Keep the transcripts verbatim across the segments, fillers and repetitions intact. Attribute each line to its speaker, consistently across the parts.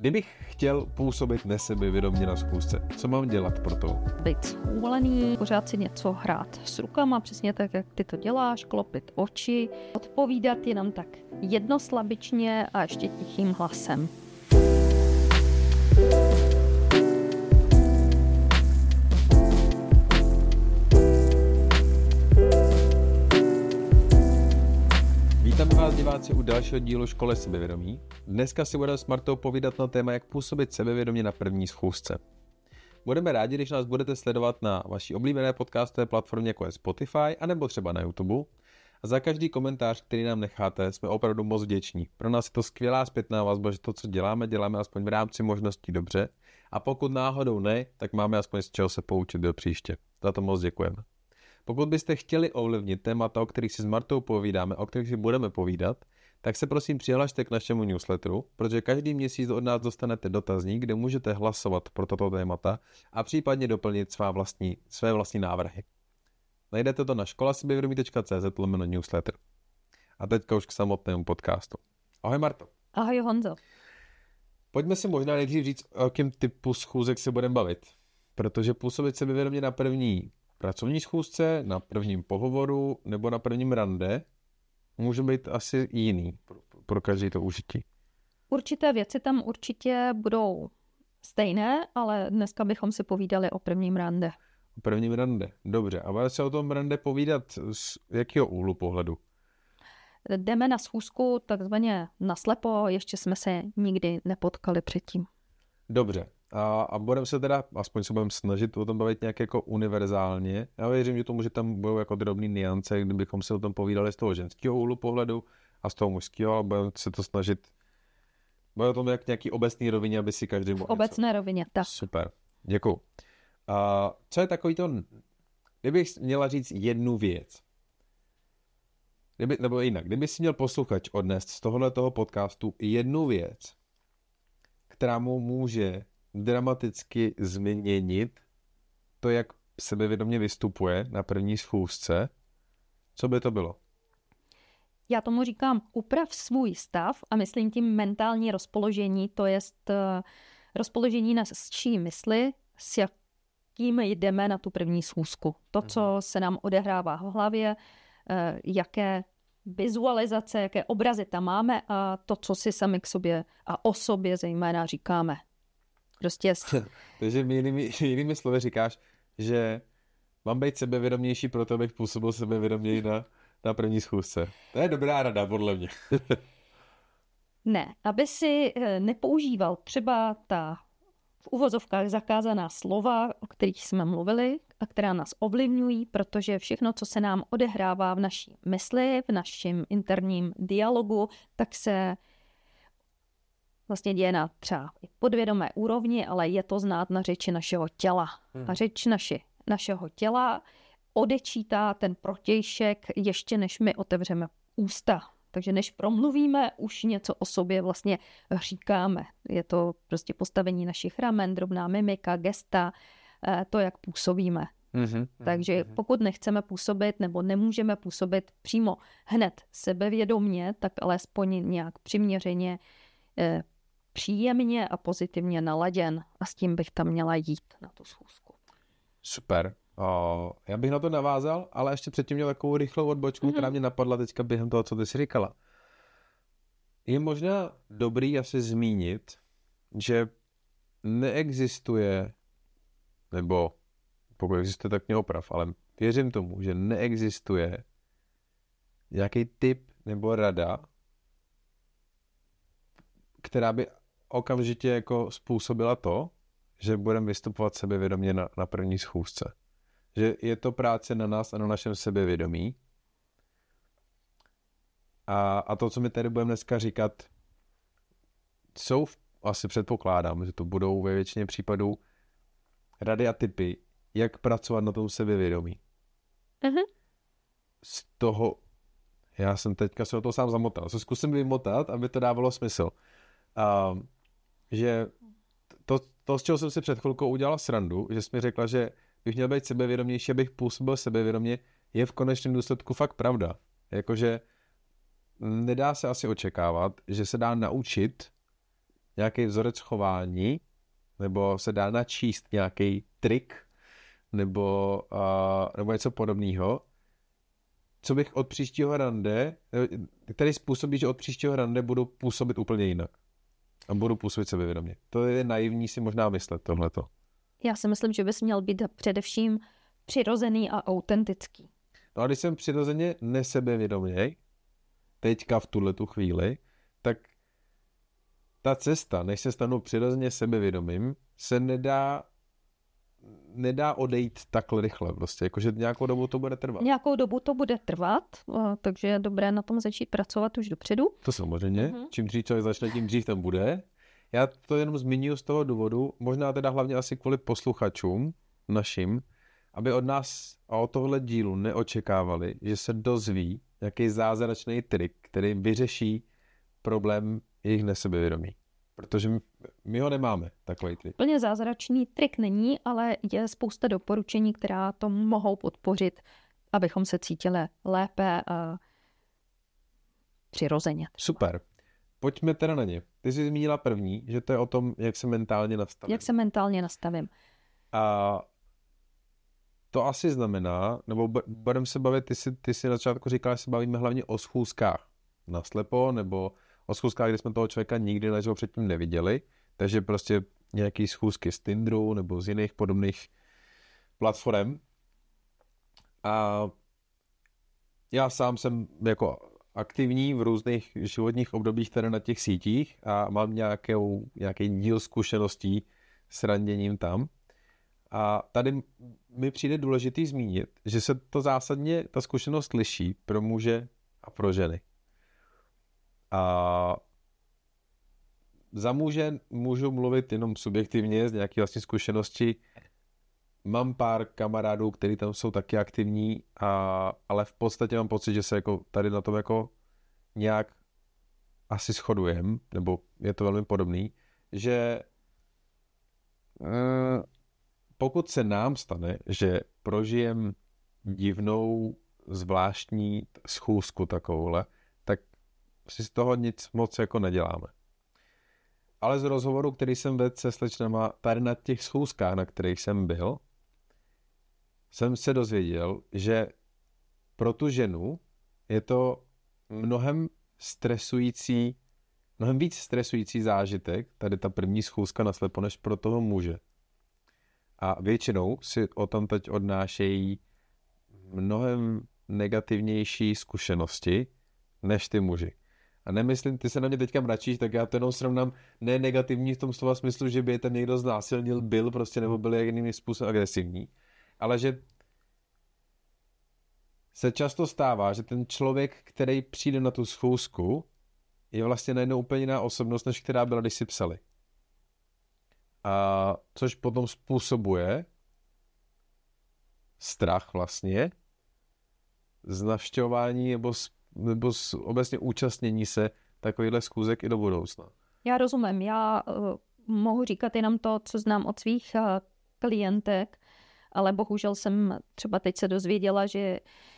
Speaker 1: Kdybych chtěl působit nesebevědomě na schůzce, co mám dělat pro to?
Speaker 2: Být schůlený, pořád si něco hrát s rukama, přesně tak, jak ty to děláš, klopit oči, odpovídat jenom tak jednoslabičně a ještě tichým hlasem.
Speaker 1: Vítáme vás, diváci, u dalšího dílu Školy sebevědomí. Dneska si budeme s Martou povídat na téma, jak působit sebevědomě na první schůzce. Budeme rádi, když nás budete sledovat na vaší oblíbené podcastové platformě, jako je Spotify, anebo třeba na YouTube. A za každý komentář, který nám necháte, jsme opravdu moc vděční. Pro nás je to skvělá zpětná vazba, že to, co děláme, děláme aspoň v rámci možností dobře. A pokud náhodou ne, tak máme aspoň z čeho se poučit do příště. Za to moc děkujeme. Pokud byste chtěli ovlivnit témata, o kterých si s Martou povídáme, o kterých si budeme povídat, tak se prosím přihlašte k našemu newsletteru, protože každý měsíc od nás dostanete dotazník, kde můžete hlasovat pro tato témata a případně doplnit svá vlastní, své vlastní návrhy. Najdete to na škola sebevědomí tečka cé zet lomeno newsletter. A teďka už k samotnému podcastu. Ahoj Marto.
Speaker 2: Ahoj Honzo.
Speaker 1: Pojďme si možná nejdřív říct, o jakém typu schůzek se budeme bavit. Protože působit sebevědomě na první pracovní schůzce, na prvním pohovoru nebo na prvním rande může být asi jiný pro, pro každý to užití.
Speaker 2: Určité věci tam určitě budou stejné, ale dneska bychom si povídali o prvním rande.
Speaker 1: O prvním rande, dobře. A budeme se o tom rande povídat z jakého úhlu pohledu?
Speaker 2: Jdeme na schůzku takzvaně naslepo, ještě jsme se nikdy nepotkali předtím.
Speaker 1: Dobře. A, a budeme se teda, aspoň se budeme snažit o tom bavit nějak jako univerzálně. Já věřím, že tomu, že tam budou jako drobný niance, kdybychom se o tom povídali z toho ženského úhlu pohledu a z toho mužského, a budeme se to snažit, bude o tom jak nějaký obecný rovině, aby si každý mohl.
Speaker 2: V obecné něco. rovině, tak.
Speaker 1: Super, děkuju. A co je takový to, kdybych měla říct jednu věc, kdyby, nebo jinak, kdyby si měl posluchač odnést z tohohle toho podcastu jednu věc, která mu může dramaticky změnit to, jak sebevědomě vystupuje na první schůzce, co by to bylo?
Speaker 2: Já tomu říkám, uprav svůj stav a myslím tím mentální rozpoložení, to je rozpoložení na čí mysli, s jakým jdeme na tu první schůzku. To, co se nám odehrává v hlavě, jaké vizualizace, jaké obrazy tam máme a to, co si sami k sobě a o sobě zejména říkáme. Prostě...
Speaker 1: Takže jinými, jinými slovy říkáš, že mám být sebevědomější, proto abych působil sebevědoměji na, na první schůzce. To je dobrá rada, podle mě.
Speaker 2: Ne, aby si nepoužíval třeba ta v uvozovkách zakázaná slova, o kterých jsme mluvili a která nás ovlivňují, protože všechno, co se nám odehrává v naší mysli, v našem interním dialogu, tak se vlastně děje na třeba podvědomé úrovni, ale je to znát na řeči našeho těla. Hmm. A řeč naši, našeho těla odečítá ten protějšek ještě než my otevřeme ústa. Takže než promluvíme, už něco o sobě vlastně říkáme. Je to prostě postavení našich ramen, drobná mimika, gesta, to, jak působíme. Mm-hmm, Takže mm-hmm. pokud nechceme působit nebo nemůžeme působit přímo hned sebevědomně, tak alespoň nějak přiměřeně, eh, příjemně a pozitivně naladěn. A s tím bych tam měla jít na tu schůzku.
Speaker 1: Super. O, já bych na to navázal, ale ještě předtím měl takovou rychlou odbočku, mm-hmm. která mě napadla teďka během toho, co ty jsi říkala. Je možná dobrý asi zmínit, že neexistuje, nebo pokud existuje, tak mě oprav, ale věřím tomu, že neexistuje nějaký tip nebo rada, která by okamžitě jako způsobila to, že budeme vystupovat sebevědomě na, na první schůzce. Že je to práce na nás a na našem sebevědomí. A, a to, co my tady budeme dneska říkat, jsou, asi předpokládám, že to budou ve většině případů rady a tipy, jak pracovat na tom sebevědomí. Uh-huh. Z toho, já jsem teďka se o to sám zamotal, se zkusím vymotat, aby to dávalo smysl. Uh, že to, to, z čeho jsem si před chvilkou udělal srandu, že jsi mi řekla, že bych měl být sebevědomější, abych působil sebevědomě, je v konečném důsledku fakt pravda. Jakože nedá se asi očekávat, že se dá naučit nějaký vzorec chování, nebo se dá načíst nějaký trik, nebo, uh, nebo něco podobného, co bych od příštího rande, který způsobí, že od příštího rande budu působit úplně jinak. A budu působit sebevědomě. To je naivní si možná myslet tohleto.
Speaker 2: Já si myslím, že bys měl být především přirozený a autentický.
Speaker 1: No a když jsem přirozeně nesebevědoměj, teďka v tuhletu chvíli, tak ta cesta, než se stanu přirozeně sebevědomým, se nedá nedá odejít takhle rychle. Prostě, jakože nějakou dobu to bude trvat.
Speaker 2: Nějakou dobu to bude trvat, takže je dobré na tom začít pracovat už dopředu.
Speaker 1: To samozřejmě. Uh-huh. Čím dřív člověk začne, tím dřív tam bude. Já to jenom zmiňuji z toho důvodu, možná teda hlavně asi kvůli posluchačům našim, aby od nás a od tohle dílu neočekávali, že se dozví nějaký zázračný trik, který vyřeší problém jejich nesebevědomí. Protože my, my ho nemáme, takový trik.
Speaker 2: Plně zázračný trik není, ale je spousta doporučení, která to mohou podpořit, abychom se cítili lépe a přirozeně.
Speaker 1: Super. Pojďme teda na ně. Ty jsi zmínila první, že to je o tom, jak se mentálně nastavím.
Speaker 2: Jak se mentálně nastavím.
Speaker 1: A to asi znamená, nebo budeme se bavit, ty jsi, ty jsi na začátku říkala, že se bavíme hlavně o schůzkách naslepo, nebo o schůzkách, kde jsme toho člověka nikdy naživo předtím neviděli, takže prostě nějaký schůzky z Tinderu nebo z jiných podobných platform. A já sám jsem jako aktivní v různých životních obdobích tady na těch sítích a mám nějakou, nějaký díl zkušeností s randěním tam. A tady mi přijde důležitý zmínit, že se to zásadně, ta zkušenost liší pro muže a pro ženy. A za muže můžu mluvit jenom subjektivně z nějaké vlastní zkušenosti. Mám pár kamarádů, kteří tam jsou taky aktivní, a, ale v podstatě mám pocit, že se jako tady na tom jako nějak asi shodujem, nebo je to velmi podobný, že uh, pokud se nám stane, že prožijem divnou, zvláštní schůzku takovouhle, tak si z toho nic moc jako neděláme. Ale z rozhovoru, který jsem vedl se slečnama tady na těch schůzkách, na kterých jsem byl, jsem se dozvěděl, že pro tu ženu je to mnohem stresující, mnohem víc stresující zážitek, tady ta první schůzka naslepo, než pro toho muže. A většinou si o tom teď odnášejí mnohem negativnější zkušenosti, než ty muži. A nemyslím, ty se na mě teďka mračíš, tak já to jenom srovnám ne negativní v tom slova smyslu, že by je tam někdo znásilnil, byl prostě, nebo byl jiným způsobem agresivní, ale že se často stává, že ten člověk, který přijde na tu schůzku, je vlastně najednou úplně jiná osobnost, než která byla, když si psali. A což potom způsobuje strach vlastně z navštěvování nebo, z, nebo z obecně účastnění se takovýchhle schůzek i do budoucna.
Speaker 2: Já rozumím. Já uh, mohu říkat jenom to, co znám od svých uh, klientek, ale bohužel jsem třeba teď se dozvěděla, že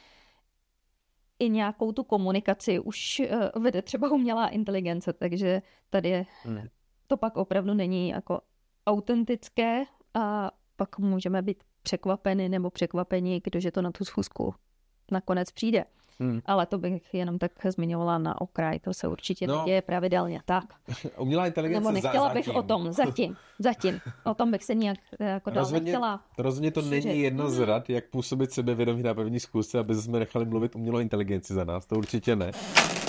Speaker 2: i nějakou tu komunikaci už uh, vede třeba umělá inteligence, takže tady je, hmm. to pak opravdu není jako autentické a pak můžeme být překvapeni nebo překvapeni, kdože to na tu schůzku nakonec přijde. Hmm. Ale to bych jenom tak zmiňovala na okraj, to se určitě no, neděje pravidelně. Tak.
Speaker 1: Umělá inteligence
Speaker 2: nebo nechtěla
Speaker 1: za,
Speaker 2: bych
Speaker 1: zatím.
Speaker 2: o tom, zatím, zatím. O tom bych se nějak jako dál
Speaker 1: rozhodně,
Speaker 2: nechtěla.
Speaker 1: Rozhodně to šířit. Není jedno z rad, jak působit sebevědomí na první schůzce, aby jsme nechali mluvit umělou inteligenci za nás, to určitě ne.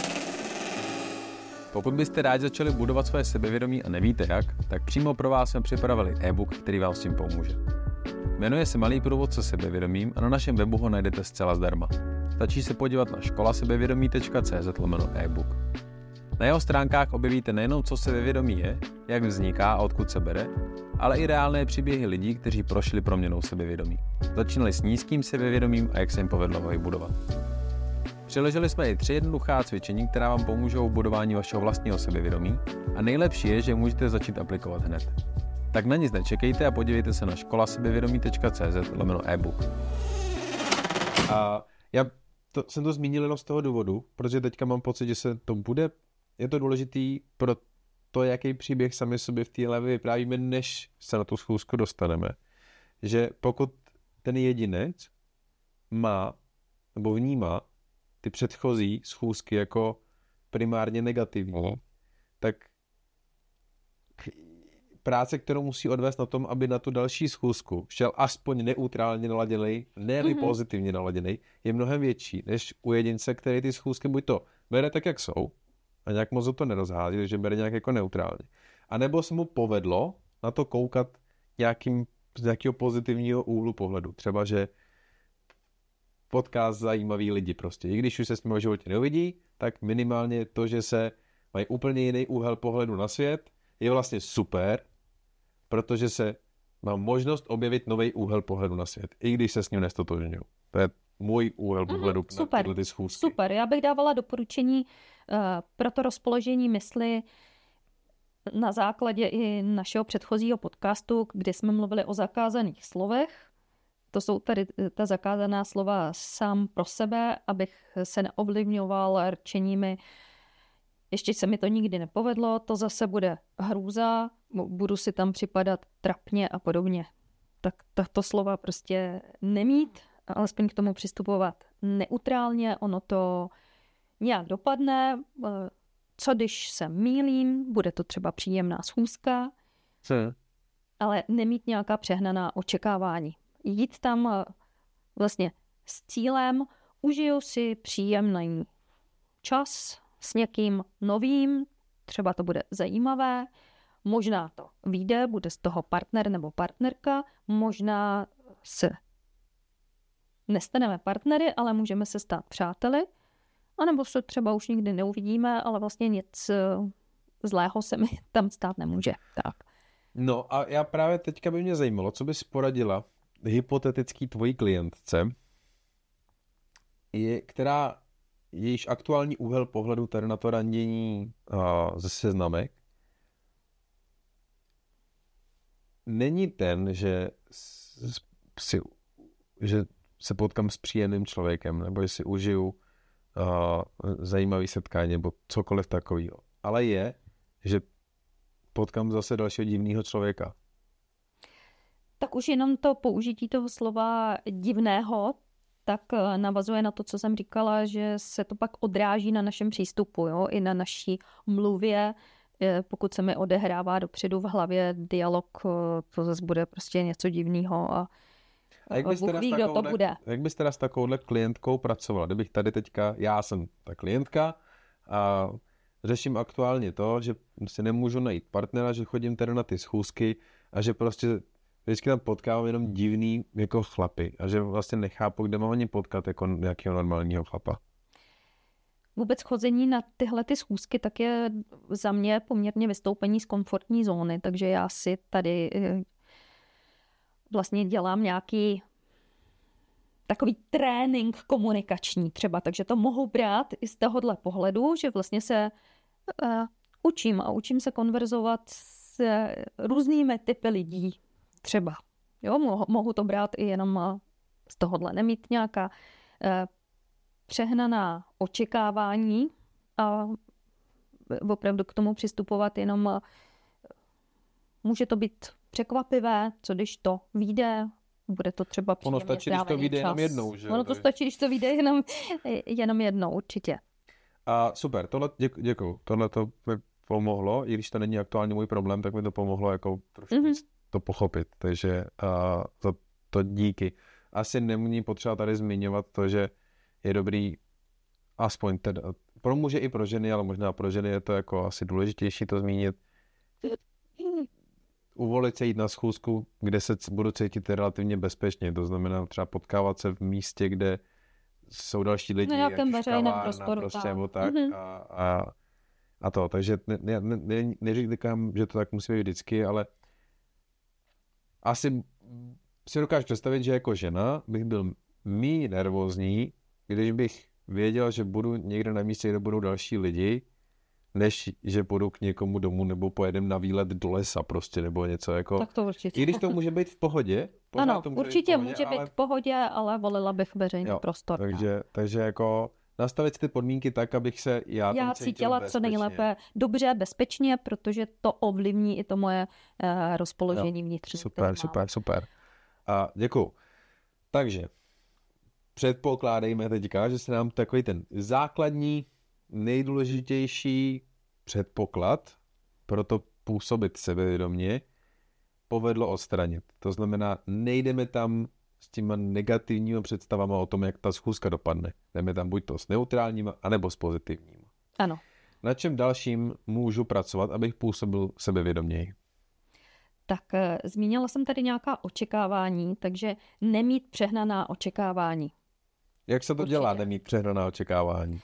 Speaker 1: Pokud byste rádi začali budovat své sebevědomí a nevíte jak, tak přímo pro vás jsme připravili e-book, který vám s tím pomůže. Jmenuje se Malý průvodce sebevědomím a na našem webu ho najdete zcela zdarma. Stačí se podívat na škola sebevědomí tečka cé zet lomeno e-book. Na jeho stránkách objevíte nejenom, co sebevědomí je, jak vzniká a odkud se bere, ale i reálné příběhy lidí, kteří prošli proměnou sebevědomí. Začínali s nízkým sebevědomím a jak se jim povedlo ho budovat. Přiložili jsme i tři jednoduchá cvičení, která vám pomůžou v budování vašeho vlastního sebevědomí a nejlepší je, že můžete začít aplikovat hned. Tak na nic nečekejte a podívejte se na škola sebevědomí tečka cé zet lomeno e-book. A já to, jsem to zmínil jenom z toho důvodu, protože teďka mám pocit, že se to bude, je to důležitý pro to, jaký příběh sami sobě v té hlavě vyprávíme, než se na tu schůzku dostaneme. Že pokud ten jedinec má nebo vnímá ty předchozí schůzky jako primárně negativní, uh-huh. tak práce, kterou musí odvést na tom, aby na tu další schůzku šel aspoň neutrálně naladěnej, ne-li mm-hmm. pozitivně naladěnej, je mnohem větší, než u jedince, který ty schůzky buď to bere tak, jak jsou, a nějak moc to nerozhází, takže bere nějak jako neutrálně. A nebo se mu povedlo na to koukat nějakým, z nějakého pozitivního úhlu pohledu. Třeba, že podcast zajímavý lidi prostě. I když už se s nimi v životě neuvidí, tak minimálně to, že se mají úplně jiný úhel pohledu na svět, je vlastně super, protože se mám možnost objevit nový úhel pohledu na svět, i když se s ním nestotožňuju. To je můj úhel pohledu mm, na tyhle ty schůzky.
Speaker 2: Super, já bych dávala doporučení uh, pro to rozpoložení mysli na základě i našeho předchozího podcastu, kde jsme mluvili o zakázaných slovech. To jsou tady ta zakázaná slova sám pro sebe, abych se neovlivňoval rčeními. Ještě se mi to nikdy nepovedlo, to zase bude hrůza, budu si tam připadat trapně a podobně. Tak tato slova prostě nemít, alespoň k tomu přistupovat neutrálně, ono to nějak dopadne. Co když se mýlím, bude to třeba příjemná schůzka,
Speaker 1: Co?
Speaker 2: ale nemít nějaká přehnaná očekávání. Jít tam vlastně s cílem, užiju si příjemný čas s někým novým, třeba to bude zajímavé, možná to vyjde, bude z toho partner nebo partnerka, možná se nestaneme partnery, ale můžeme se stát přáteli, anebo se třeba už nikdy neuvidíme, ale vlastně nic zlého se mi tam stát nemůže. Tak.
Speaker 1: No a já právě teďka by mě zajímalo, co bys poradila hypotetický tvojí klientce, je, která jejíž aktuální úhel pohledu tady na to randění uh, ze seznamek není ten, že, si, že se potkám s příjemným člověkem, nebo že si užiju uh, zajímavý setkání, nebo cokoliv takového. Ale je, že potkám zase dalšího divného člověka.
Speaker 2: Tak už jenom to použití toho slova divného, tak navazuje na to, co jsem říkala, že se to pak odráží na našem přístupu, jo? I na naší mluvě. Pokud se mi odehrává dopředu v hlavě dialog, to zase bude prostě něco divného a,
Speaker 1: a jak bys
Speaker 2: Bůh ví, kdo to bude.
Speaker 1: Jak bys teda s takovouhle klientkou pracovala? Kdybych tady teďka, já jsem ta klientka a řeším aktuálně to, že si nemůžu najít partnera, že chodím tady na ty schůzky a že prostě vždycky tam potkávám jenom divný jako chlapy a že vlastně nechápu, kde mám ani potkat jako nějakého normálního chlapa.
Speaker 2: Vůbec chození na tyhle ty schůzky tak je za mě poměrně vystoupení z komfortní zóny, takže já si tady vlastně dělám nějaký takový trénink komunikační třeba, takže to mohu brát i z tohohle pohledu, že vlastně se uh, učím a učím se konverzovat s různými typy lidí třeba. Jo, mohu, mohu to brát i jenom z tohohle, nemít nějaká uh, přehnaná očekávání a opravdu k tomu přistupovat jenom uh, může to být překvapivé, co když to vyjde, bude to třeba příjemně
Speaker 1: Ono stačí, když to vyjde jenom jednou, že?
Speaker 2: Ono to stačí, když to vyjde jenom, jenom jednou, určitě.
Speaker 1: A super, tohle děku, děkuju. Tohle to mi pomohlo, i když to není aktuálně můj problém, tak mi to pomohlo jako trošku mm-hmm. to pochopit, takže uh, za to díky. Asi není potřeba tady zmiňovat to, že je dobrý aspoň teda, pro muže i pro ženy, ale možná pro ženy je to jako asi důležitější to zmínit. Uvolit se jít na schůzku, kde se budu cítit relativně bezpečně, to znamená třeba potkávat se v místě, kde jsou další lidi,
Speaker 2: na nějakém veřejném prostoru,
Speaker 1: prostě, nebo tak mm-hmm. a, a, a to, takže ne, ne, ne, neříkám, že to tak musí být vždycky, ale asi si dokážu představit, že jako žena bych byl méně nervózní, když bych věděl, že budu někde na místě, kde budou další lidi, než že půjdu k někomu domů nebo pojedem na výlet do lesa prostě, nebo něco jako.
Speaker 2: Tak to určitě.
Speaker 1: I když to může být v pohodě.
Speaker 2: Ano,
Speaker 1: to může
Speaker 2: určitě
Speaker 1: být v pohodě,
Speaker 2: může
Speaker 1: ale...
Speaker 2: být v pohodě, ale volila bych veřejný
Speaker 1: jo,
Speaker 2: prostor.
Speaker 1: Takže, takže jako nastavit si ty podmínky tak, abych se já,
Speaker 2: já cítila co nejlépe dobře, bezpečně, protože to ovlivní i to moje uh, rozpoložení jo. vnitřní.
Speaker 1: Super, super, super. A děkuju. Takže předpokládejme teďka, že se nám takový ten základní, nejdůležitější předpoklad pro to působit sebevědomě povedlo odstranit. To znamená, nejdeme tam s těma negativními představama o tom, jak ta schůzka dopadne. Jdeme tam buď to s neutrálníma, anebo s pozitivníma.
Speaker 2: Ano.
Speaker 1: Na čem dalším můžu pracovat, abych působil sebevědoměji?
Speaker 2: Tak e, zmínila jsem tady nějaká očekávání, takže nemít přehnaná očekávání.
Speaker 1: Jak se to Určitě. dělá, nemít přehnaná očekávání?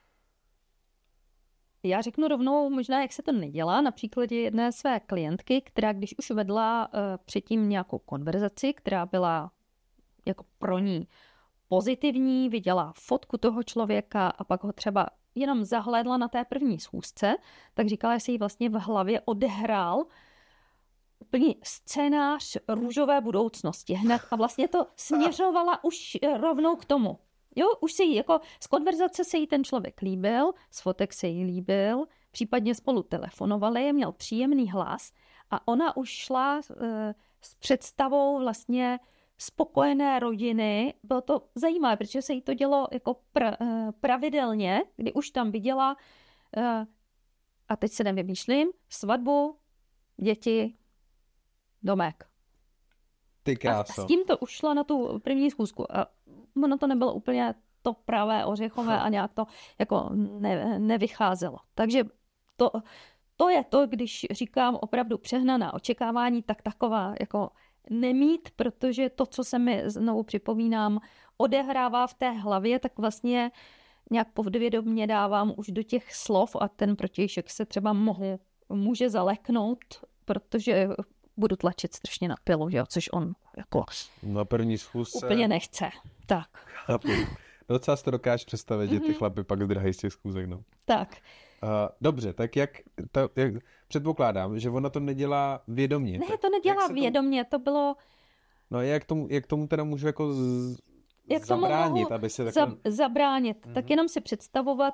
Speaker 2: Já řeknu rovnou možná, jak se to nedělá, na příkladě jedné své klientky, která když už vedla uh, předtím nějakou konverzaci, která byla jako pro ní pozitivní, viděla fotku toho člověka a pak ho třeba jenom zahlédla na té první schůzce, tak říkala, že se jí vlastně v hlavě odehrál úplný scénář růžové budoucnosti hned a vlastně to směřovala už rovnou k tomu. Jo, už se jí jako z konverzace se jí ten člověk líbil, z fotek se jí líbil, případně spolu telefonovali, měl příjemný hlas a ona už šla e, s představou vlastně spokojené rodiny. Bylo to zajímavé, protože se jí to dělo jako pra, e, pravidelně, kdy už tam viděla, e, a teď se nevymýšlím, svatbu, děti, domek.
Speaker 1: Ty kráso.
Speaker 2: A s tím to už šla na tu první schůzku. A ono to nebylo úplně to pravé ořechové a nějak to jako ne, nevycházelo. Takže to, to je to, když říkám opravdu přehnaná očekávání, tak taková jako nemít, protože to, co se mi znovu připomínám, odehrává v té hlavě, tak vlastně nějak podvědomě dávám už do těch slov a ten protějšek se třeba mohu, může zaleknout, protože budu tlačit strašně na pilu, že jo, což on jako
Speaker 1: na první schůzce
Speaker 2: úplně nechce. Tak.
Speaker 1: Chápu. Docela si to dokážeš představit, že ty chlapy pak zdrhají z těch schůzek, no.
Speaker 2: Tak.
Speaker 1: Uh, dobře, tak jak, to, jak předpokládám, že ona to nedělá vědomě.
Speaker 2: Ne,
Speaker 1: tak
Speaker 2: to nedělá vědomě, to... to bylo...
Speaker 1: No jak tomu, jak tomu teda můžu jako z...
Speaker 2: jak
Speaker 1: zabránit, aby se takhle...
Speaker 2: Za, zabránit, mm-hmm. tak jenom si představovat,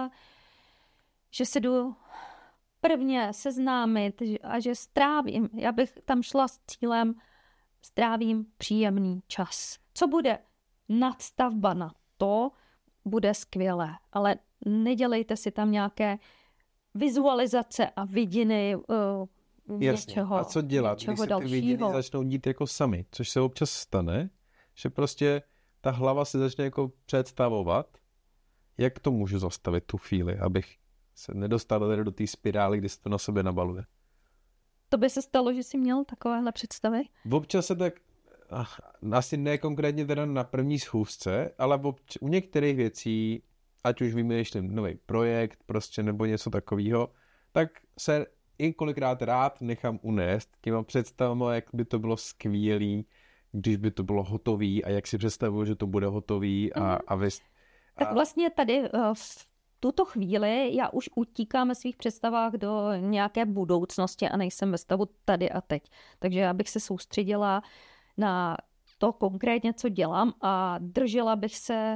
Speaker 2: že se jdu prvně seznámit a že strávím, já bych tam šla s cílem, strávím příjemný čas. Co bude nadstavba na to, bude skvělé, ale nedělejte si tam nějaké vizualizace a vidiny uh, něčeho,
Speaker 1: a co dělat, když se ty vidiny začnou dít jako sami, což se občas stane, že prostě ta hlava se začne jako představovat, jak to můžu zastavit tu chvíli, abych se nedostal do té spirály, kdy se to na sebe nabaluje.
Speaker 2: To by se stalo, že jsi měl takovéhle představy?
Speaker 1: Občas se tak, ach, asi ne konkrétně teda na první schůzce, ale obč- u některých věcí, ať už vymýšlím nový projekt prostě nebo něco takového, tak se i kolikrát rád nechám unést těma představama, jak by to bylo skvělý, když by to bylo hotový a jak si představuju, že to bude hotový a, mm. a vy... A... Tak
Speaker 2: vlastně tady v tuto chvíli já už utíkám ve svých představách do nějaké budoucnosti a nejsem ve stavu tady a teď. Takže já bych se soustředila na to konkrétně, co dělám a držela bych se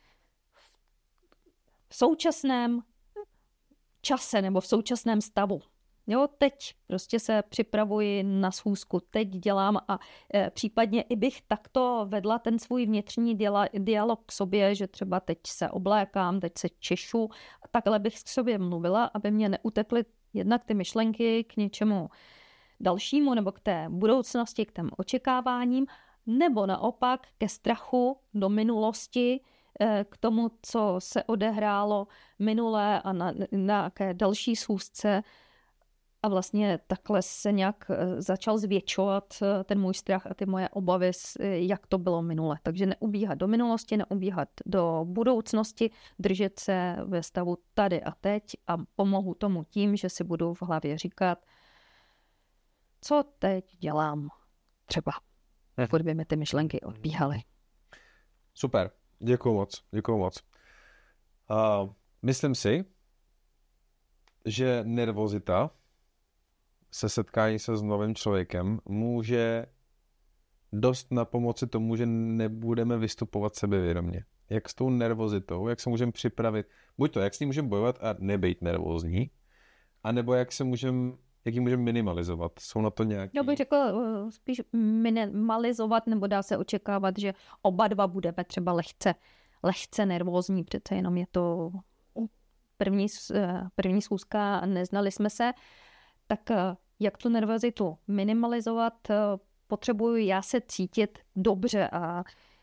Speaker 2: v současném čase nebo v současném stavu. Jo, teď prostě se připravuji na schůzku, teď dělám a e, případně i bych takto vedla ten svůj vnitřní diala, dialog k sobě, že třeba teď se oblékám, teď se češu a takhle bych k sobě mluvila, aby mě neutekly jednak ty myšlenky k něčemu dalšímu nebo k té budoucnosti, k těm očekáváním, nebo naopak ke strachu do minulosti, e, k tomu, co se odehrálo minulé a na, na nějaké další schůzce. A vlastně takhle se nějak začal zvětšovat ten můj strach a ty moje obavy, jak to bylo minule. Takže neubíhat do minulosti, neubíhat do budoucnosti, držet se ve stavu tady a teď a pomohu tomu tím, že si budu v hlavě říkat, co teď dělám třeba, kdyby mi ty myšlenky odbíhaly.
Speaker 1: Super, děkuju moc, děkuju moc. Uh, myslím si, že nervozita se setkání se s novým člověkem může dost na pomoci tomu, že nebudeme vystupovat sebevědomě. jak s tou nervozitou, jak se můžeme připravit, buď to, jak s ní můžeme bojovat a nebejt nervózní, anebo jak se můžeme, jak ji můžeme minimalizovat. Jsou na to nějaký...
Speaker 2: Já bych řekl spíš minimalizovat, nebo dá se očekávat, že oba dva budeme třeba lehce, lehce nervózní, přece jenom je to první, první schůzka a neznali jsme se, tak jak tu nervozitu minimalizovat, potřebuji já se cítit dobře a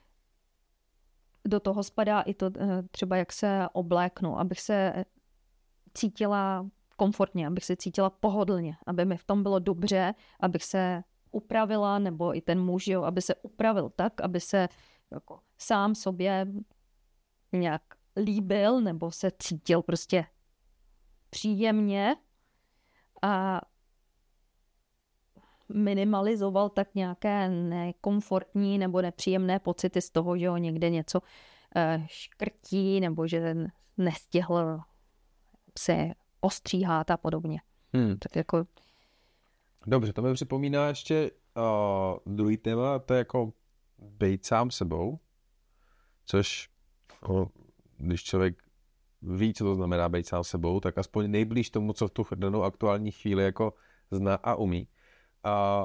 Speaker 2: do toho spadá i to třeba, jak se obléknu, abych se cítila komfortně, abych se cítila pohodlně, aby mi v tom bylo dobře, abych se upravila, nebo i ten muž, jo, aby se upravil tak, aby se jako sám sobě nějak líbil, nebo se cítil prostě příjemně a minimalizoval tak nějaké nekomfortní nebo nepříjemné pocity z toho, že ho někde něco škrtí, nebo že nestihl se ostříhat a podobně. Hmm. Tak jako...
Speaker 1: Dobře, to mi připomíná ještě uh, druhý téma, to je jako bejt sám sebou, což uh, když člověk ví, co to znamená bejt sám sebou, tak aspoň nejblíž tomu, co v tu danou aktuální chvíli jako zná a umí. A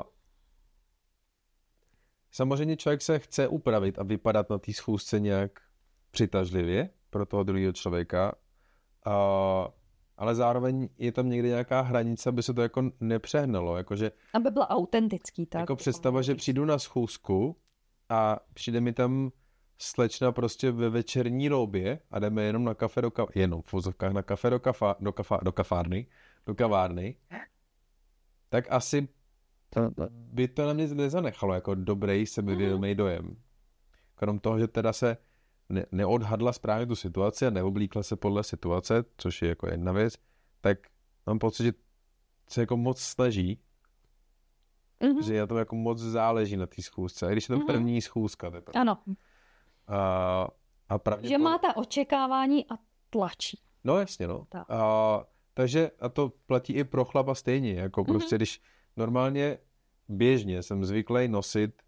Speaker 1: samozřejmě člověk se chce upravit a vypadat na té schůzce nějak přitažlivě pro toho druhého člověka, a, ale zároveň je tam někdy nějaká hranice, aby se to jako nepřehnalo. Jakože,
Speaker 2: aby byla autentický. Tak.
Speaker 1: Jako představa, že přijdu na schůzku a přijde mi tam slečna prostě ve večerní roubě a jdeme jenom na kafe do kav... jenom v vozovkách na kafe do, kafa... do, kafa... do kafárny, do kavárny, tak asi by to na mě nezanechalo jako dobrý sebevědomý dojem. Krom toho, že teda se ne, neodhadla správně tu situaci a neoblíkla se podle situace, což je jako jedna věc, tak mám pocit, že se jako moc snaží, mm-hmm. že na tom jako moc záleží na té schůzce. A když je to mm-hmm. první schůzka. Teprve.
Speaker 2: Ano.
Speaker 1: A, a pravděpodobně...
Speaker 2: Že má ta očekávání a tlačí.
Speaker 1: No jasně, no. A, takže a to platí i pro chlapa stejně. Jako mm-hmm. prostě, když normálně běžně jsem zvyklý nosit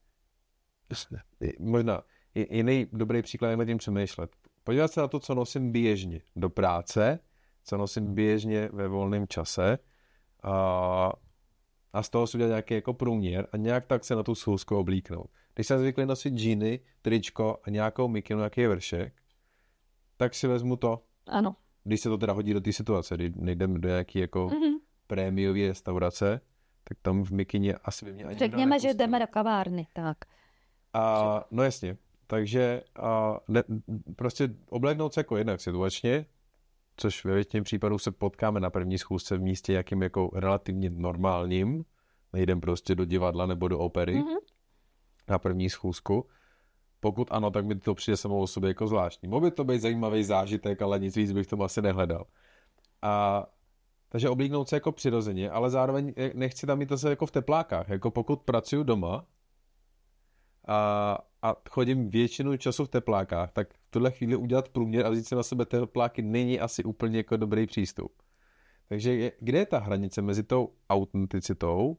Speaker 1: možná jiný dobrý příklad, jak nad tím přemýšlet. Podívat se na to, co nosím běžně do práce, co nosím běžně ve volném čase a, a z toho si udělat nějaký jako průměr a nějak tak se na tu schůzku oblíknout. Když jsem zvyklý nosit džíny, tričko a nějakou mikinu, nějaký vršek, tak si vezmu to.
Speaker 2: Ano.
Speaker 1: Když se to teda hodí do té situace, kdy nejdeme do nějaký jako mm-hmm. prémiové restaurace, tak tam v mikině asi by mě ani
Speaker 2: řekněme, že jdeme do kavárny, tak.
Speaker 1: A, no jasně, takže a, ne, prostě obléknout se jako jednak situačně, což ve většině případů se potkáme na první schůzce v místě jakým jako relativně normálním, nejdem prostě do divadla nebo do opery mm-hmm. na první schůzku. Pokud ano, tak mi to přijde samou o sobě jako zvláštní. Mohl by to být zajímavý zážitek, ale nic víc bych tomu asi nehledal. A takže oblíknout se jako přirozeně, ale zároveň nechci tam mít to se jako v teplákách. Jako pokud pracuji doma a, a chodím většinu času v teplákách, tak v tuhle chvíli udělat průměr a vzít si na sebe tepláky není asi úplně jako dobrý přístup. Takže je, kde je ta hranice mezi tou autenticitou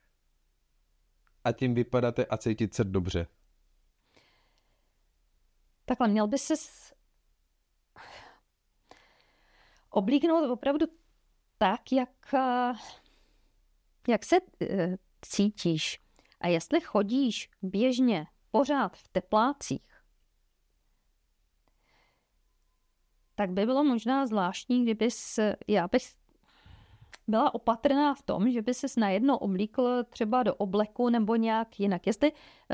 Speaker 1: a tím vypadat a cítit se dobře?
Speaker 2: Takhle, měl by ses oblíknout opravdu tak, jak, jak se cítíš. A jestli chodíš běžně pořád v teplácích, tak by bylo možná zvláštní, kdybys, já bych byla opatrná v tom, že by ses najednou oblíkl třeba do obleku nebo nějak jinak. Jestli,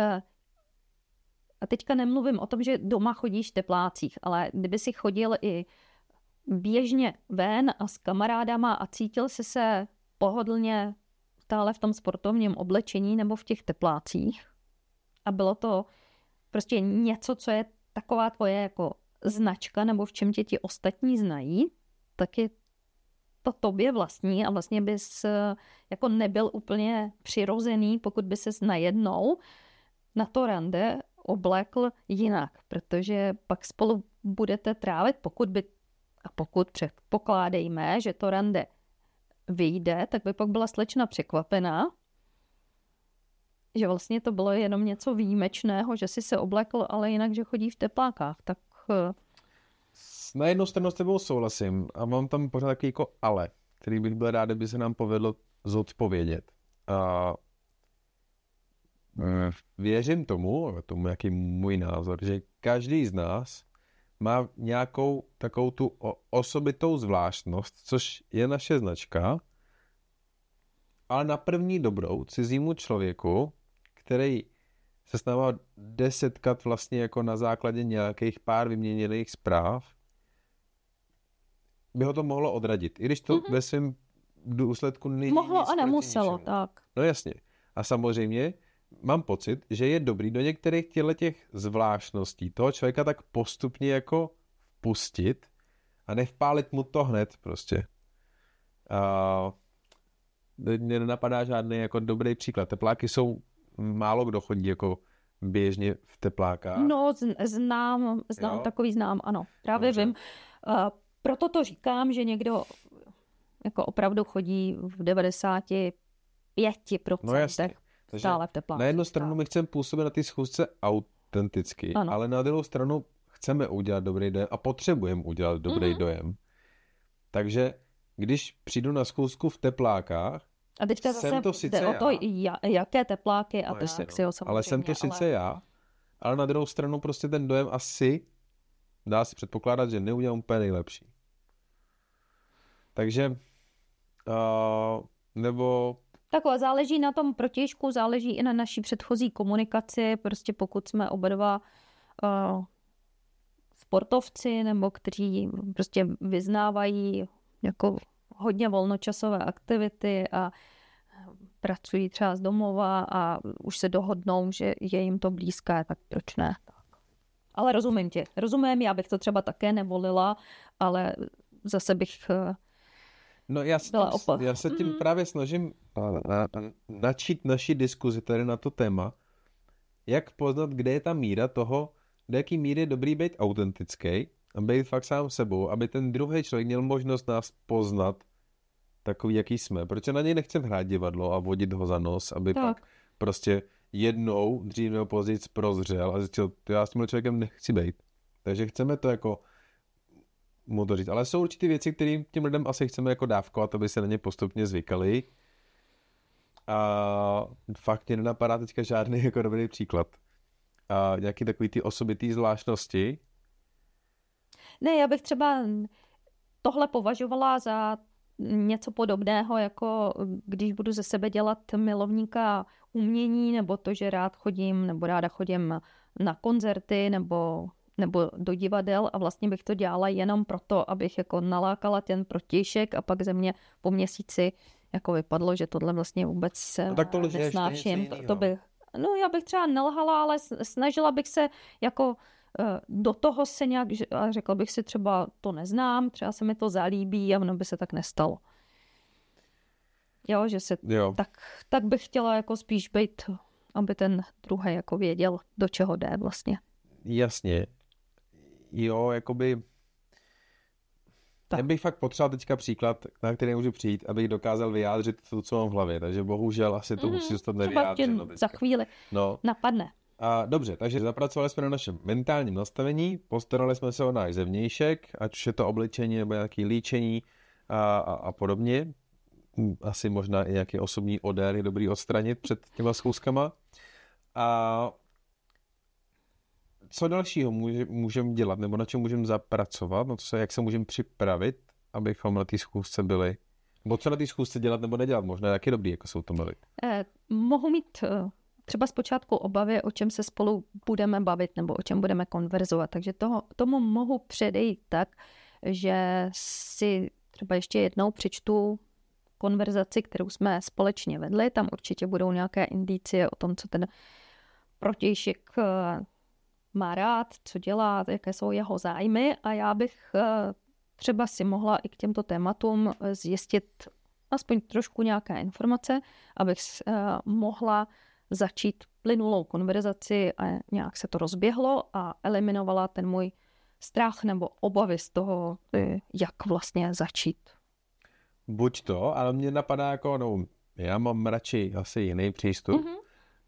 Speaker 2: a teďka nemluvím o tom, že doma chodíš v teplácích, ale kdyby si chodil i běžně ven a s kamarádama a cítil si se pohodlně stále v tom sportovním oblečení nebo v těch teplácích a bylo to prostě něco, co je taková tvoje jako značka nebo v čem tě ti ostatní znají, tak je to tobě vlastní a vlastně bys jako nebyl úplně přirozený, pokud by ses najednou na to rande oblékl jinak, protože pak spolu budete trávit, pokud by a pokud předpokládejme, že to rande vyjde, tak by pak byla slečna překvapená, že vlastně to bylo jenom něco výjimečného, že si se oblekl, ale jinak, že chodí v teplákách. Tak
Speaker 1: Na jednu stranu s tebou souhlasím a mám tam pořád takový jako ale, který bych byl rád, kdyby se nám povedlo zodpovědět. A věřím tomu, tomu jaký můj názor, že každý z nás má nějakou takovou tu osobitou zvláštnost, což je naše značka, ale na první dobrou cizímu člověku, který se s náma jde setkat vlastně jako na základě nějakých pár vyměněných zpráv, by ho to mohlo odradit. I když to mm-hmm. ve svém důsledku není
Speaker 2: mohlo a nemuselo,
Speaker 1: ničemu.
Speaker 2: tak.
Speaker 1: No jasně. A samozřejmě mám pocit, že je dobrý do některých těch zvláštností toho člověka tak postupně jako pustit a nevpálit mu to hned prostě. A mě nenapadá žádný jako dobrý příklad. Tepláky jsou, málo kdo chodí jako běžně v teplákách.
Speaker 2: No, znám, znám takový znám, ano. Právě Dobře. vím. Uh, proto to říkám, že někdo jako opravdu chodí v devadesát pět procent
Speaker 1: no jasně.
Speaker 2: stále v teplákách.
Speaker 1: Na jednu stranu my chceme působit na té schůzce autenticky, ano. ale na druhou stranu chceme udělat dobrý dojem a potřebujeme udělat dobrý mm-hmm. dojem. Takže když přijdu na schůzku v teplákách,
Speaker 2: a teďka zase
Speaker 1: to sice
Speaker 2: jde o to, jaké tepláky a
Speaker 1: no,
Speaker 2: tak
Speaker 1: tak
Speaker 2: si ho samozřejmě.
Speaker 1: Ale jsem to sice ale... já, ale na druhou stranu prostě ten dojem asi dá se předpokládat, že neudělám úplně nejlepší. Takže uh, nebo...
Speaker 2: Takhle, záleží na tom protějšku, záleží i na naší předchozí komunikaci, prostě pokud jsme oba dva uh, sportovci, nebo kteří prostě vyznávají jako hodně volnočasové aktivity a pracují třeba z domova a už se dohodnou, že je jim to blízké, tak proč ne? Tak. Ale rozumím tě. Rozumím, já bych to třeba také nevolila, ale zase bych
Speaker 1: no já,
Speaker 2: byla opak.
Speaker 1: Já se tím mm. právě snažím načít naši diskuzi tady na to téma, jak poznat, kde je ta míra toho, do jaký míry je dobrý být autentický a být fakt sám sebou, aby ten druhý člověk měl možnost nás poznat takový, jaký jsme. Protože na něj nechcem hrát divadlo a vodit ho za nos, aby tak. pak prostě jednou, dřív nebo později prozřel a zjistil, já s tímhle člověkem nechci být. Takže chceme to jako mu to říct. Ale jsou určitě věci, které těm lidem asi chceme jako dávkovat, aby se na ně postupně zvykali. A fakt mě nenapadá teďka žádný jako dobrý příklad. A nějaký takový ty osobitý zvláštnosti.
Speaker 2: Ne, já bych třeba tohle považovala za něco podobného, jako když budu ze sebe dělat milovníka umění, nebo to, že rád chodím, nebo ráda chodím na koncerty, nebo, nebo do divadel a vlastně bych to dělala jenom proto, abych jako nalákala ten protějšek a pak ze mě po měsíci jako vypadlo, že tohle vlastně vůbec
Speaker 1: no, tak to
Speaker 2: nesnáším. To, to bych, no já bych třeba nelhala, ale snažila bych se jako do toho se nějak, a řekla bych si třeba to neznám, třeba se mi to zalíbí a ono by se tak nestalo. Jo, že se
Speaker 1: jo.
Speaker 2: Tak, tak bych chtěla jako spíš být, aby ten druhý jako věděl, do čeho jde vlastně.
Speaker 1: Jasně. Jo, jakoby tak. Já bych fakt potřeboval teďka příklad, na který můžu přijít, abych dokázal vyjádřit to, co mám v hlavě. Takže bohužel asi to mm-hmm. musí zůstat nevyjádřeno.
Speaker 2: Za chvíli no. napadne.
Speaker 1: A dobře, takže zapracovali jsme na našem mentálním nastavení, postarali jsme se o náš zevnějšek, ať už je to obličení nebo nějaké líčení a, a, a podobně. Asi možná i nějaký osobní odér je dobrý odstranit před těma schůzkama. A co dalšího může, můžeme dělat, nebo na čem můžeme zapracovat, no to se, jak se můžeme připravit, abychom na té schůzce byli? Nebo co na té schůzce dělat nebo nedělat, možná jak je dobrý, jako se o tom bavit?
Speaker 2: Eh, mohu mít třeba zpočátku obavy, o čem se spolu budeme bavit nebo o čem budeme konverzovat. Takže toho, tomu mohu předejít tak, že si třeba ještě jednou přečtu konverzaci, kterou jsme společně vedli. Tam určitě budou nějaké indicie o tom, co ten protějšek má rád, co dělá, jaké jsou jeho zájmy. A já bych třeba si mohla i k těmto tématům zjistit aspoň trošku nějaké informace, abych mohla začít plynulou konverzaci a nějak se to rozběhlo a eliminovala ten můj strach nebo obavy z toho, jak vlastně začít.
Speaker 1: Buď to, ale mě napadá jako, no, já mám radši asi jiný přístup. Mm-hmm.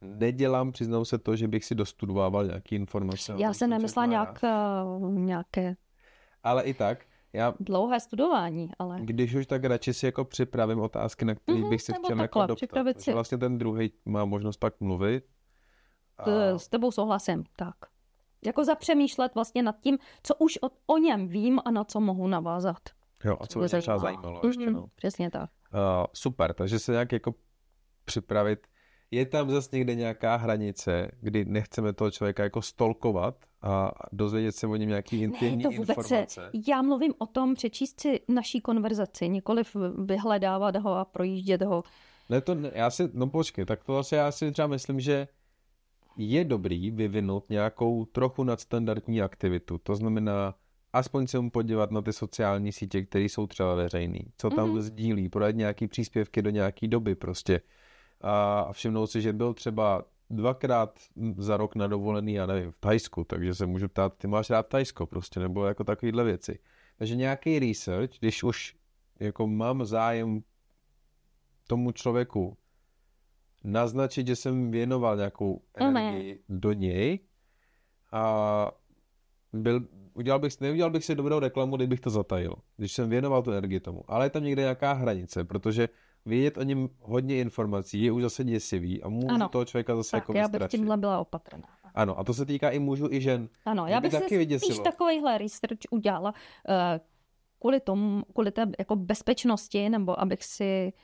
Speaker 1: nedělám, přiznám se to, že bych si dostudovával nějaké informace.
Speaker 2: Já jsem nemyslela nějak, nějaké
Speaker 1: ale i tak, já
Speaker 2: dlouhé studování, ale...
Speaker 1: Když už tak radši si jako připravím otázky, na které mm-hmm, bych se chtěl jako doptat. Si... Vlastně ten druhý má možnost pak mluvit.
Speaker 2: A... S tebou souhlasím, tak. Jako zapřemýšlet vlastně nad tím, co už o, o něm vím a na co mohu navázat.
Speaker 1: Jo, a co mě třeba zajímalo mm-hmm, ještě, no.
Speaker 2: Přesně tak.
Speaker 1: Uh, super, takže se nějak jako připravit. Je tam zase někde nějaká hranice, kdy nechceme toho člověka jako stalkovat a dozvědět se o něm nějaký intimní ne, informace? Se,
Speaker 2: já mluvím o tom přečíst si naší konverzaci, nikoliv vyhledávat ho a projíždět ho.
Speaker 1: Ne, to ne, já si, no počkej, tak to asi já si třeba myslím, že je dobrý vyvinout nějakou trochu nadstandardní aktivitu. To znamená aspoň se mu podívat na ty sociální sítě, které jsou třeba veřejný. Co tam mm-hmm. sdílí, podat nějaký příspěvky do nějaký doby prostě. A všimnout si, že byl třeba dvakrát za rok na dovolený, já nevím, v Thajsku, takže se můžu ptát, ty máš rád Thajsko prostě, nebo jako takovýhle věci. Takže nějaký research, když už jako mám zájem tomu člověku naznačit, že jsem věnoval nějakou energii mm. do něj a byl, udělal bych, neudělal bych si dobrou reklamu, kdybych to zatajil, když jsem věnoval tu energii tomu. Ale je tam někde nějaká hranice, protože vědět o něm hodně informací je už zase děsivý a může ano. toho člověka zase
Speaker 2: tak,
Speaker 1: jako
Speaker 2: vystrašit.
Speaker 1: Tak já bych
Speaker 2: tímhle byla opatrná.
Speaker 1: Ano, a to se týká i mužů, i žen.
Speaker 2: Ano, já bych si spíš takovýhle research udělala uh, kvůli tomu, kvůli té jako bezpečnosti, nebo abych si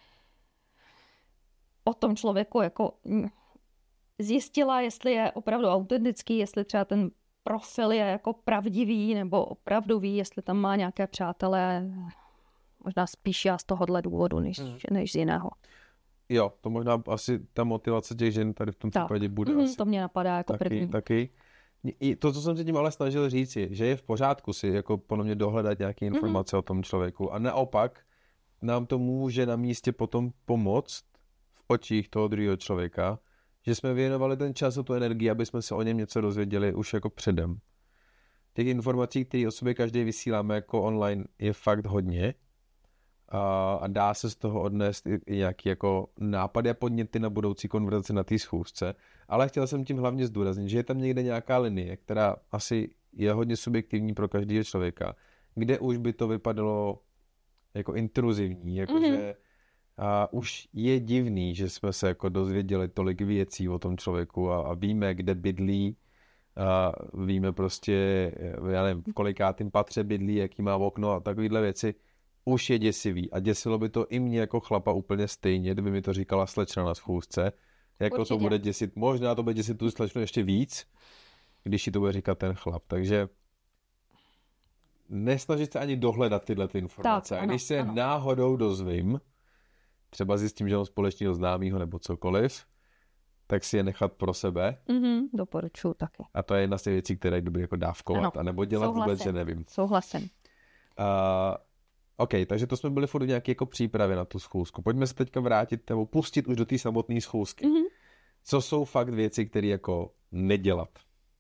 Speaker 2: o tom člověku jako zjistila, jestli je opravdu autentický, jestli třeba ten profil je jako pravdivý nebo opravdový, jestli tam má nějaké přátelé. Možná spíš já z tohohle důvodu, než, hmm. než z jiného.
Speaker 1: Jo, to možná asi ta motivace těch žen tady v tom tak. případě bude.
Speaker 2: Mm,
Speaker 1: asi.
Speaker 2: To mě napadá jako
Speaker 1: taky,
Speaker 2: první.
Speaker 1: Taky. I to, co jsem se tím ale snažil říct, je, že je v pořádku si jako podle mě dohledat nějaké informace mm. o tom člověku. A naopak nám to může na místě potom pomoct v očích toho druhého člověka, že jsme věnovali ten čas a tu energii, aby jsme se o něm něco dozvěděli už jako předem. Těch informací, které o sobě každý vysíláme jako online, je fakt hodně. A dá se z toho odnést i nějaký jako nápady a podněty na budoucí konverzaci na té schůzce. Ale chtěl jsem tím hlavně zdůraznit, že je tam někde nějaká linie, která asi je hodně subjektivní pro každého člověka, kde už by to vypadalo jako intruzivní, jakože mm-hmm. a už je divný, že jsme se jako dozvěděli tolik věcí o tom člověku a, a víme, kde bydlí, a víme prostě, já nevím, v kolikátým patře bydlí, jaký má okno a takovýhle věci. Už je děsivý a děsilo by to i mě jako chlapa úplně stejně, kdyby mi to říkala slečna na schůzce, jako určitě. To bude děsit, možná to bude děsit tu slečnu ještě víc, když ji to bude říkat ten chlap, takže nesnažit se ani dohledat tyhle ty informace. Tak, a když se ano. náhodou dozvím, třeba zjistím, že mám společného známýho nebo cokoliv, tak si je nechat pro sebe.
Speaker 2: Mm-hmm, doporučuji taky.
Speaker 1: A to je jedna z těch věcí, které je dobré jako dávkovat, ano. anebo dělat Souhlasím. vůbec, že nevím.
Speaker 2: Souhlasím.
Speaker 1: Uh, OK, takže to jsme byli furt v nějaké jako přípravě na tu schůzku. Pojďme se teďka vrátit nebo pustit už do té samotné schůzky. Mm-hmm. Co jsou fakt věci, které jako nedělat?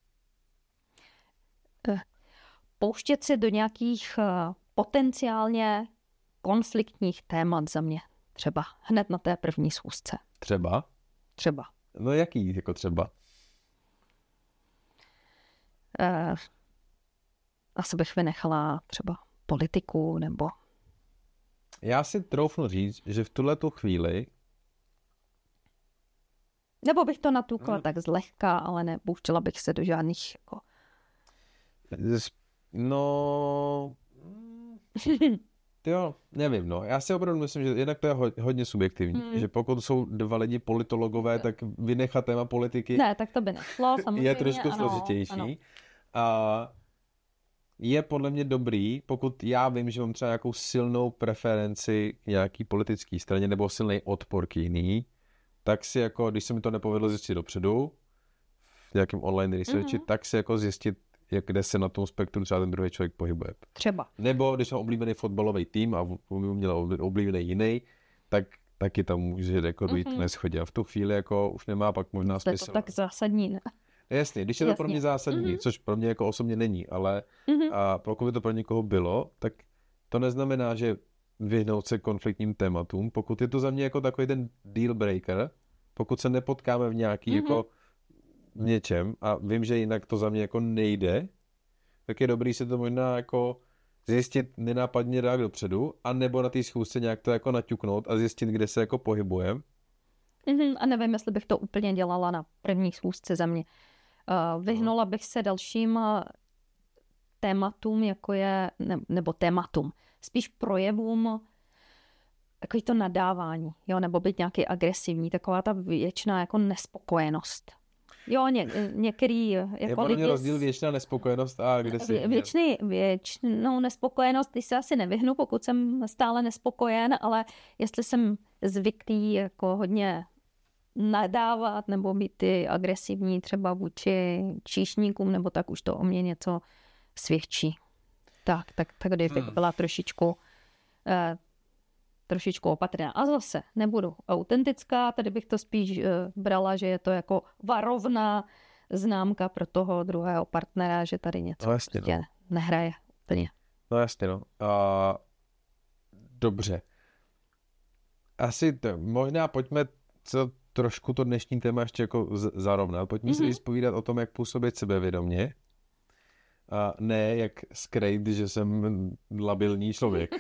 Speaker 2: Pouštět se do nějakých uh, potenciálně konfliktních témat za mě. Třeba hned na té první schůzce.
Speaker 1: Třeba?
Speaker 2: Třeba.
Speaker 1: No jaký jako třeba?
Speaker 2: Uh, asi bych vynechala třeba politiku nebo...
Speaker 1: Já si troufnu říct, že v tuhletu chvíli...
Speaker 2: Nebo bych to natukla hmm. tak zlehka, ale nepouštěla bych se do žádných jako...
Speaker 1: No... Jo, nevím, no. Já si opravdu myslím, že jednak to je hodně subjektivní, hmm. že pokud jsou dva lidi politologové, tak vynechat téma politiky...
Speaker 2: Ne, tak to by nešlo, samozřejmě.
Speaker 1: Je trošku
Speaker 2: ano,
Speaker 1: složitější.
Speaker 2: Ano.
Speaker 1: A je podle mě dobrý, pokud já vím, že mám třeba nějakou silnou preferenci k nějaký politické straně nebo silný odpor k jiný, tak si jako, když se mi to nepovedlo zjistit dopředu, v nějakém online researchi, mm-hmm. tak si jako zjistit, jak, kde se na tom spektru třeba ten druhý člověk pohybuje.
Speaker 2: Třeba.
Speaker 1: Nebo když mám oblíbený fotbalový tým a měl oblíbený jiný, tak taky tam může jako dojít mm-hmm. k neschodě. A v tu chvíli jako už nemá pak možná smysl.
Speaker 2: To je to tak zásadní, ne?
Speaker 1: Jasně, když je to Jasně. pro mě zásadní, mm-hmm. což pro mě jako osobně není, ale mm-hmm. a pokud by to pro někoho bylo, tak to neznamená, že vyhnout se konfliktním tématům. Pokud je to za mě jako takový ten deal breaker, pokud se nepotkáme v nějaký mm-hmm. jako v něčem a vím, že jinak to za mě jako nejde, tak je dobrý si to možná jako zjistit nenápadně dát dopředu, a nebo na té schůzce nějak to jako naťuknout a zjistit, kde se jako pohybujeme.
Speaker 2: Mm-hmm. A nevím, jestli bych to úplně dělala na první schůzce za mě. Uh, vyhnula bych se dalším uh, tématům, jako je, ne, nebo tématům, spíš projevům, takový to nadávání, jo, nebo být nějaký agresivní, taková ta věčná jako nespokojenost. Jo, ně, některý jako
Speaker 1: je pro mě rozdíl věčná nespokojenost a agresivní.
Speaker 2: Věčný, věčnou nespokojenost, ty se asi nevyhnu, pokud jsem stále nespokojen, ale jestli jsem zvyklý jako hodně nadávat nebo být ty agresivní třeba vůči číšníkům, nebo tak už to o mě něco svědčí. Tak, tak, tak bych hmm. byla trošičku eh, trošičku opatrná. A zase nebudu autentická, tady bych to spíš uh, brala, že je to jako varovná známka pro toho druhého partnera, že tady něco
Speaker 1: no jasně,
Speaker 2: prostě
Speaker 1: no.
Speaker 2: nehraje úplně.
Speaker 1: No jasně, no. A... Dobře. Asi to, možná pojďme co, trošku to dnešní téma ještě jako z- zarovnat. Pojďme mm-hmm. si vyspovídat o tom, jak působit sebevědomě. A ne jak skrejt, že jsem labilní člověk.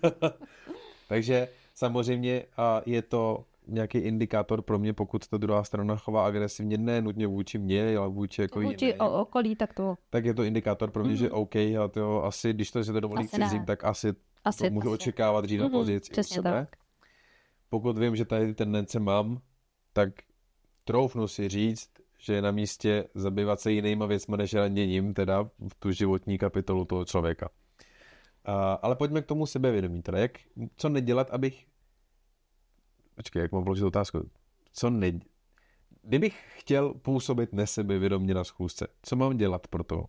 Speaker 1: Takže samozřejmě je to nějaký indikátor pro mě, pokud ta druhá strana chová agresivně, ne nutně vůči mě, ale vůči jako
Speaker 2: vůči
Speaker 1: jiné.
Speaker 2: okolí, tak to...
Speaker 1: Tak je to indikátor pro mě, mm. že OK, ale to asi, když to si to dovolí cizím, tak asi, asi to můžu asi. očekávat dřív na
Speaker 2: mm-hmm,
Speaker 1: pozici
Speaker 2: přesně
Speaker 1: u sebe.
Speaker 2: Tak.
Speaker 1: Pokud vím, že tady ty tendence mám, tak troufnu si říct, že je na místě zabývat se jinýma věcmi než raněním, teda v tu životní kapitolu toho člověka. Uh, ale pojďme k tomu sebevědomí. Teda jak, co nedělat, abych... Počkej, jak mám položit otázku? Co ne... Kdybych chtěl působit nesebevědomě na schůzce, co mám dělat pro to?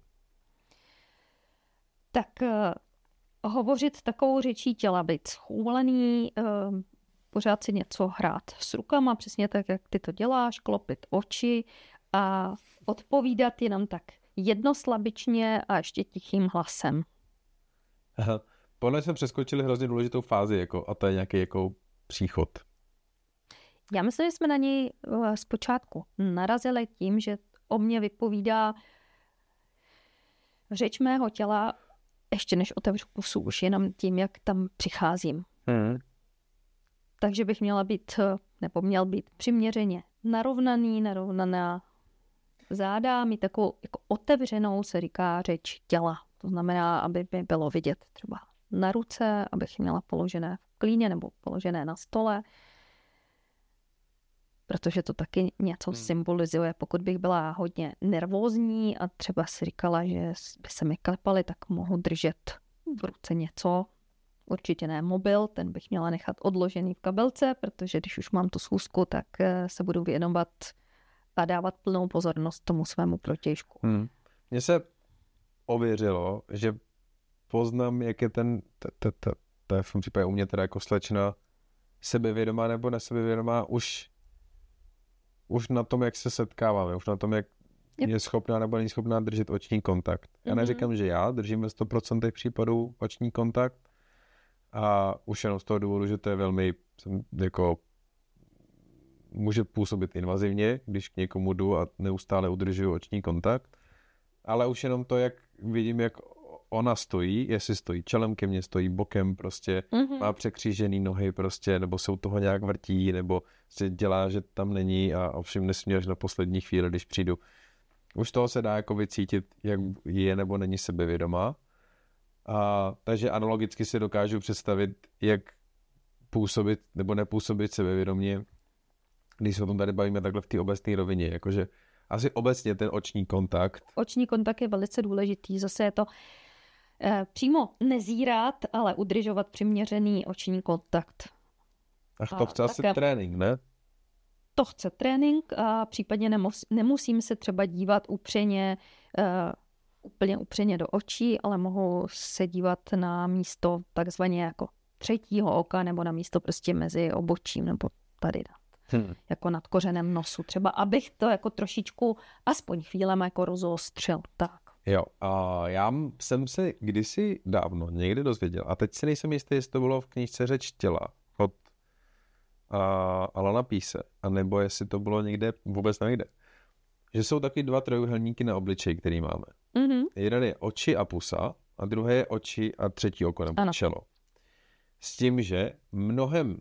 Speaker 2: Tak uh, hovořit takovou řečí těla, být schůlený, uh, pořád si něco hrát s rukama, přesně tak, jak ty to děláš, klopit oči a odpovídat jenom tak jednoslabičně a ještě tichým hlasem.
Speaker 1: Aha. Podle jsme přeskočili hrozně důležitou fázi, jako, a to je nějaký jako příchod.
Speaker 2: Já myslím, že jsme na něj zpočátku narazili tím, že o mě vypovídá řeč mého těla, ještě než otevřu pusu, už jenom tím, jak tam přicházím. Hmm. Takže bych měla být, nebo měl být přiměřeně narovnaný, narovnaná záda, mít takovou jako otevřenou, se říká, řeč těla. To znamená, aby mi bylo vidět třeba na ruce, abych měla položené v klíně nebo položené na stole, protože to taky něco hmm. symbolizuje. Pokud bych byla hodně nervózní a třeba si říkala, že by se mi klepaly, tak mohu držet v ruce něco. Určitě ne mobil, ten bych měla nechat odložený v kabelce, protože když už mám tu schůzku, tak se budu věnovat a dávat plnou pozornost tomu svému protějšku.
Speaker 1: Hmm. Mně se ověřilo, že poznám, jak je ten, to je v tom případě u mě teda jako slečna sebevědomá nebo nesebevědomá už, už na tom, jak se setkáváme, už na tom, jak yep. je schopná nebo není schopná držet oční kontakt. Já neříkám, mm-hmm. že já držím ve sto procent případů oční kontakt a už jenom z toho důvodu, že to je velmi jako může působit invazivně, když k někomu jdu a neustále udržuju oční kontakt, ale už jenom to, jak vidím, jak ona stojí, jestli stojí čelem ke mně, stojí bokem, prostě mm-hmm. má překřížený nohy, prostě, nebo se u toho nějak vrtí, nebo se dělá, že tam není a ovšem nesmí až na poslední chvíli, když přijdu. Už toho se dá jako vycítit, jak je nebo není sebevědomá. A, takže analogicky si dokážu představit, jak působit nebo nepůsobit sebevědomě, když se o tom tady bavíme takhle v té obecné rovině, jakože asi obecně ten oční kontakt.
Speaker 2: Oční kontakt je velice důležitý, zase je to eh, přímo nezírat, ale udržovat přiměřený oční kontakt.
Speaker 1: Ach, to chce asi trénink, ne?
Speaker 2: To chce trénink a případně nemus, nemusím se třeba dívat upřeně, uh, úplně upřeně do očí, ale mohu se dívat na místo takzvaně jako třetího oka nebo na místo prostě mezi obočím nebo tady hmm. jako nad kořenem nosu. Třeba abych to jako trošičku aspoň chvílem jako rozostřil. Tak.
Speaker 1: Jo, a já jsem se kdysi dávno někdy dozvěděl a teď si nejsem jistý, jestli to bylo v knížce Řeč těla od a Alana Pease, anebo jestli to bylo někde, vůbec nejde. Že jsou taky dva trojuhelníky na obličeji, který máme.
Speaker 2: Mm-hmm.
Speaker 1: Jeden je oči a pusa a druhé je oči a třetí oko nebo ano. čelo. S tím, že mnohem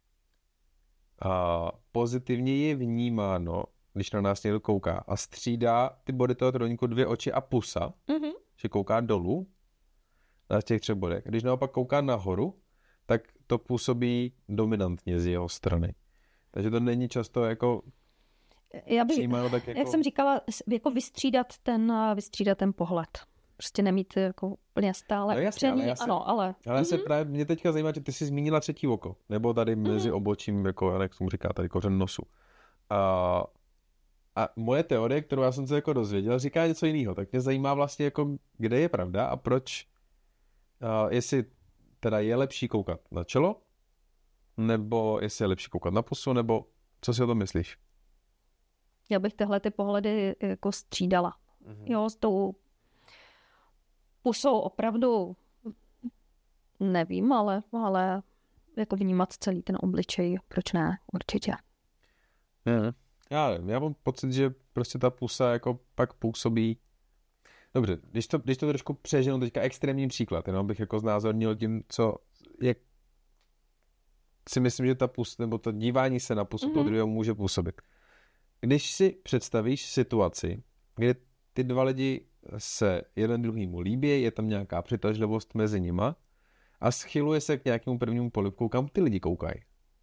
Speaker 1: a, pozitivněji je vnímáno, když na nás někdo kouká a střídá ty body toho trojúhelníku dvě oči a pusa, mm-hmm. že kouká dolů na těch třech bodech. Když naopak kouká nahoru, tak to působí dominantně z jeho strany. Takže to není často jako
Speaker 2: Já bych,
Speaker 1: přijímáno tak jako...
Speaker 2: Jak jsem říkala, jako vystřídat ten, vystřídat ten pohled. Prostě nemít jako úplně stále
Speaker 1: no jasně,
Speaker 2: upřený,
Speaker 1: ale se,
Speaker 2: ano, ale...
Speaker 1: Ale mm-hmm. se
Speaker 2: mm-hmm.
Speaker 1: právě mě teďka zajímá, že ty jsi zmínila třetí oko, nebo tady mezi mm-hmm. obočím, jako jak tomu říká, tady kořen nosu. A, a moje teorie, kterou já jsem se jako dozvěděl, říká něco jiného. Tak mě zajímá vlastně, jako, kde je pravda a proč, a jestli teda je lepší koukat na čelo, nebo jestli je lepší koukat na pusu, nebo co si o tom myslíš?
Speaker 2: Já bych tyhle ty pohledy jako střídala. Mm-hmm. Jo, s tou pusou opravdu nevím, ale, ale jako vnímat celý ten obličej, proč ne, určitě.
Speaker 1: Ne, já nevím, já mám pocit, že prostě ta pusa jako pak působí. Dobře, když to, když to trošku přeženu, teďka extrémní příklad, jenom bych jako znázornil tím, co jak si myslím, že ta pus, nebo to dívání se na pusu mm-hmm. toho druhého může působit. Když si představíš situaci, kdy ty dva lidi se jeden druhýmu líbí, je tam nějaká přitažlivost mezi nima a schyluje se k nějakému prvnímu polibku, kam ty lidi koukají.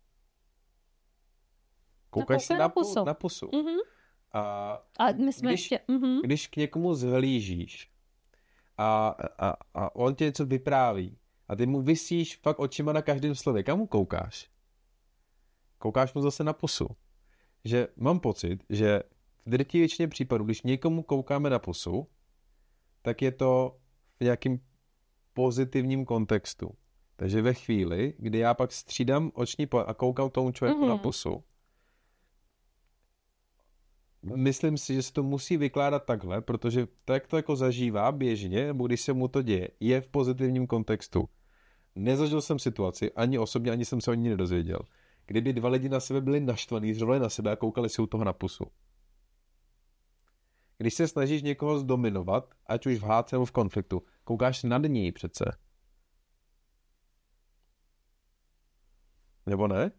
Speaker 1: Koukají si na pusu. Na pusu.
Speaker 2: Mm-hmm.
Speaker 1: A,
Speaker 2: a my jsme
Speaker 1: když,
Speaker 2: ještě... Mm-hmm.
Speaker 1: když k někomu zhlížíš a, a, a on tě něco vypráví a ty mu visíš fakt očima na každém slově, kam mu koukáš? Koukáš mu zase na pusu. Že mám pocit, že v drtí většině případů, když někomu koukáme na pusu, tak je to v nějakým pozitivním kontextu. Takže ve chvíli, kdy já pak střídám oční pohled a koukám tomu člověku mm-hmm. na pusu, myslím si, že se to musí vykládat takhle, protože tak to jako zažívá běžně, nebo když se mu to děje, je v pozitivním kontextu. Nezažil jsem situaci, ani osobně, ani jsem se o ní nedozvěděl, kdyby dva lidi na sebe byli naštvaný, řvali na sebe a koukali si u toho na pusu. Když se snažíš někoho zdominovat, ať už v hádce nebo v konfliktu, koukáš nad něj přece. Nebo ne?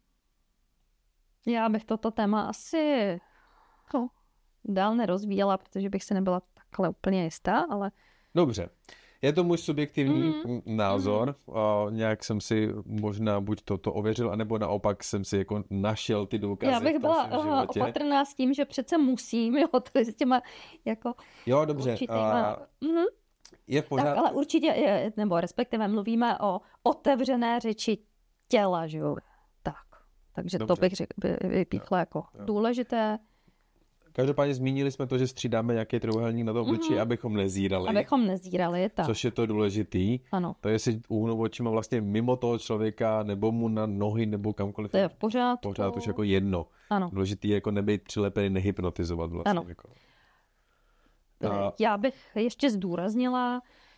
Speaker 2: Já bych toto téma asi no, dál nerozvíjela, protože bych se nebyla takhle úplně jistá, ale...
Speaker 1: Dobře. Je to můj subjektivní mm. názor. Mm. A nějak jsem si možná buď toto ověřil, anebo naopak jsem si jako našel ty důkazy.
Speaker 2: Já bych byla opatrná s tím, že přece musím, jo, to s těma jako...
Speaker 1: Jo, dobře. A...
Speaker 2: Mm.
Speaker 1: Je v pořádku.
Speaker 2: Tak, ale určitě, je, nebo respektive mluvíme o otevřené řeči těla, že jo. Tak. Takže dobře. To bych řekl, vypíchla jako jo. důležité.
Speaker 1: Každopádně zmínili jsme to, že střídáme nějaký trojuhelník na to obličeji, mm-hmm. abychom nezírali.
Speaker 2: Abychom nezírali, tak.
Speaker 1: Což je to důležitý.
Speaker 2: Ano.
Speaker 1: To je, jestli uhnu očima vlastně mimo toho člověka, nebo mu na nohy, nebo kamkoliv.
Speaker 2: To je v pořádku.
Speaker 1: Pořád už jako jedno.
Speaker 2: Ano.
Speaker 1: Důležitý je jako nebejt přilepený, nehypnotizovat vlastně.
Speaker 2: Ano.
Speaker 1: Jako.
Speaker 2: A... Já bych ještě zdůraznila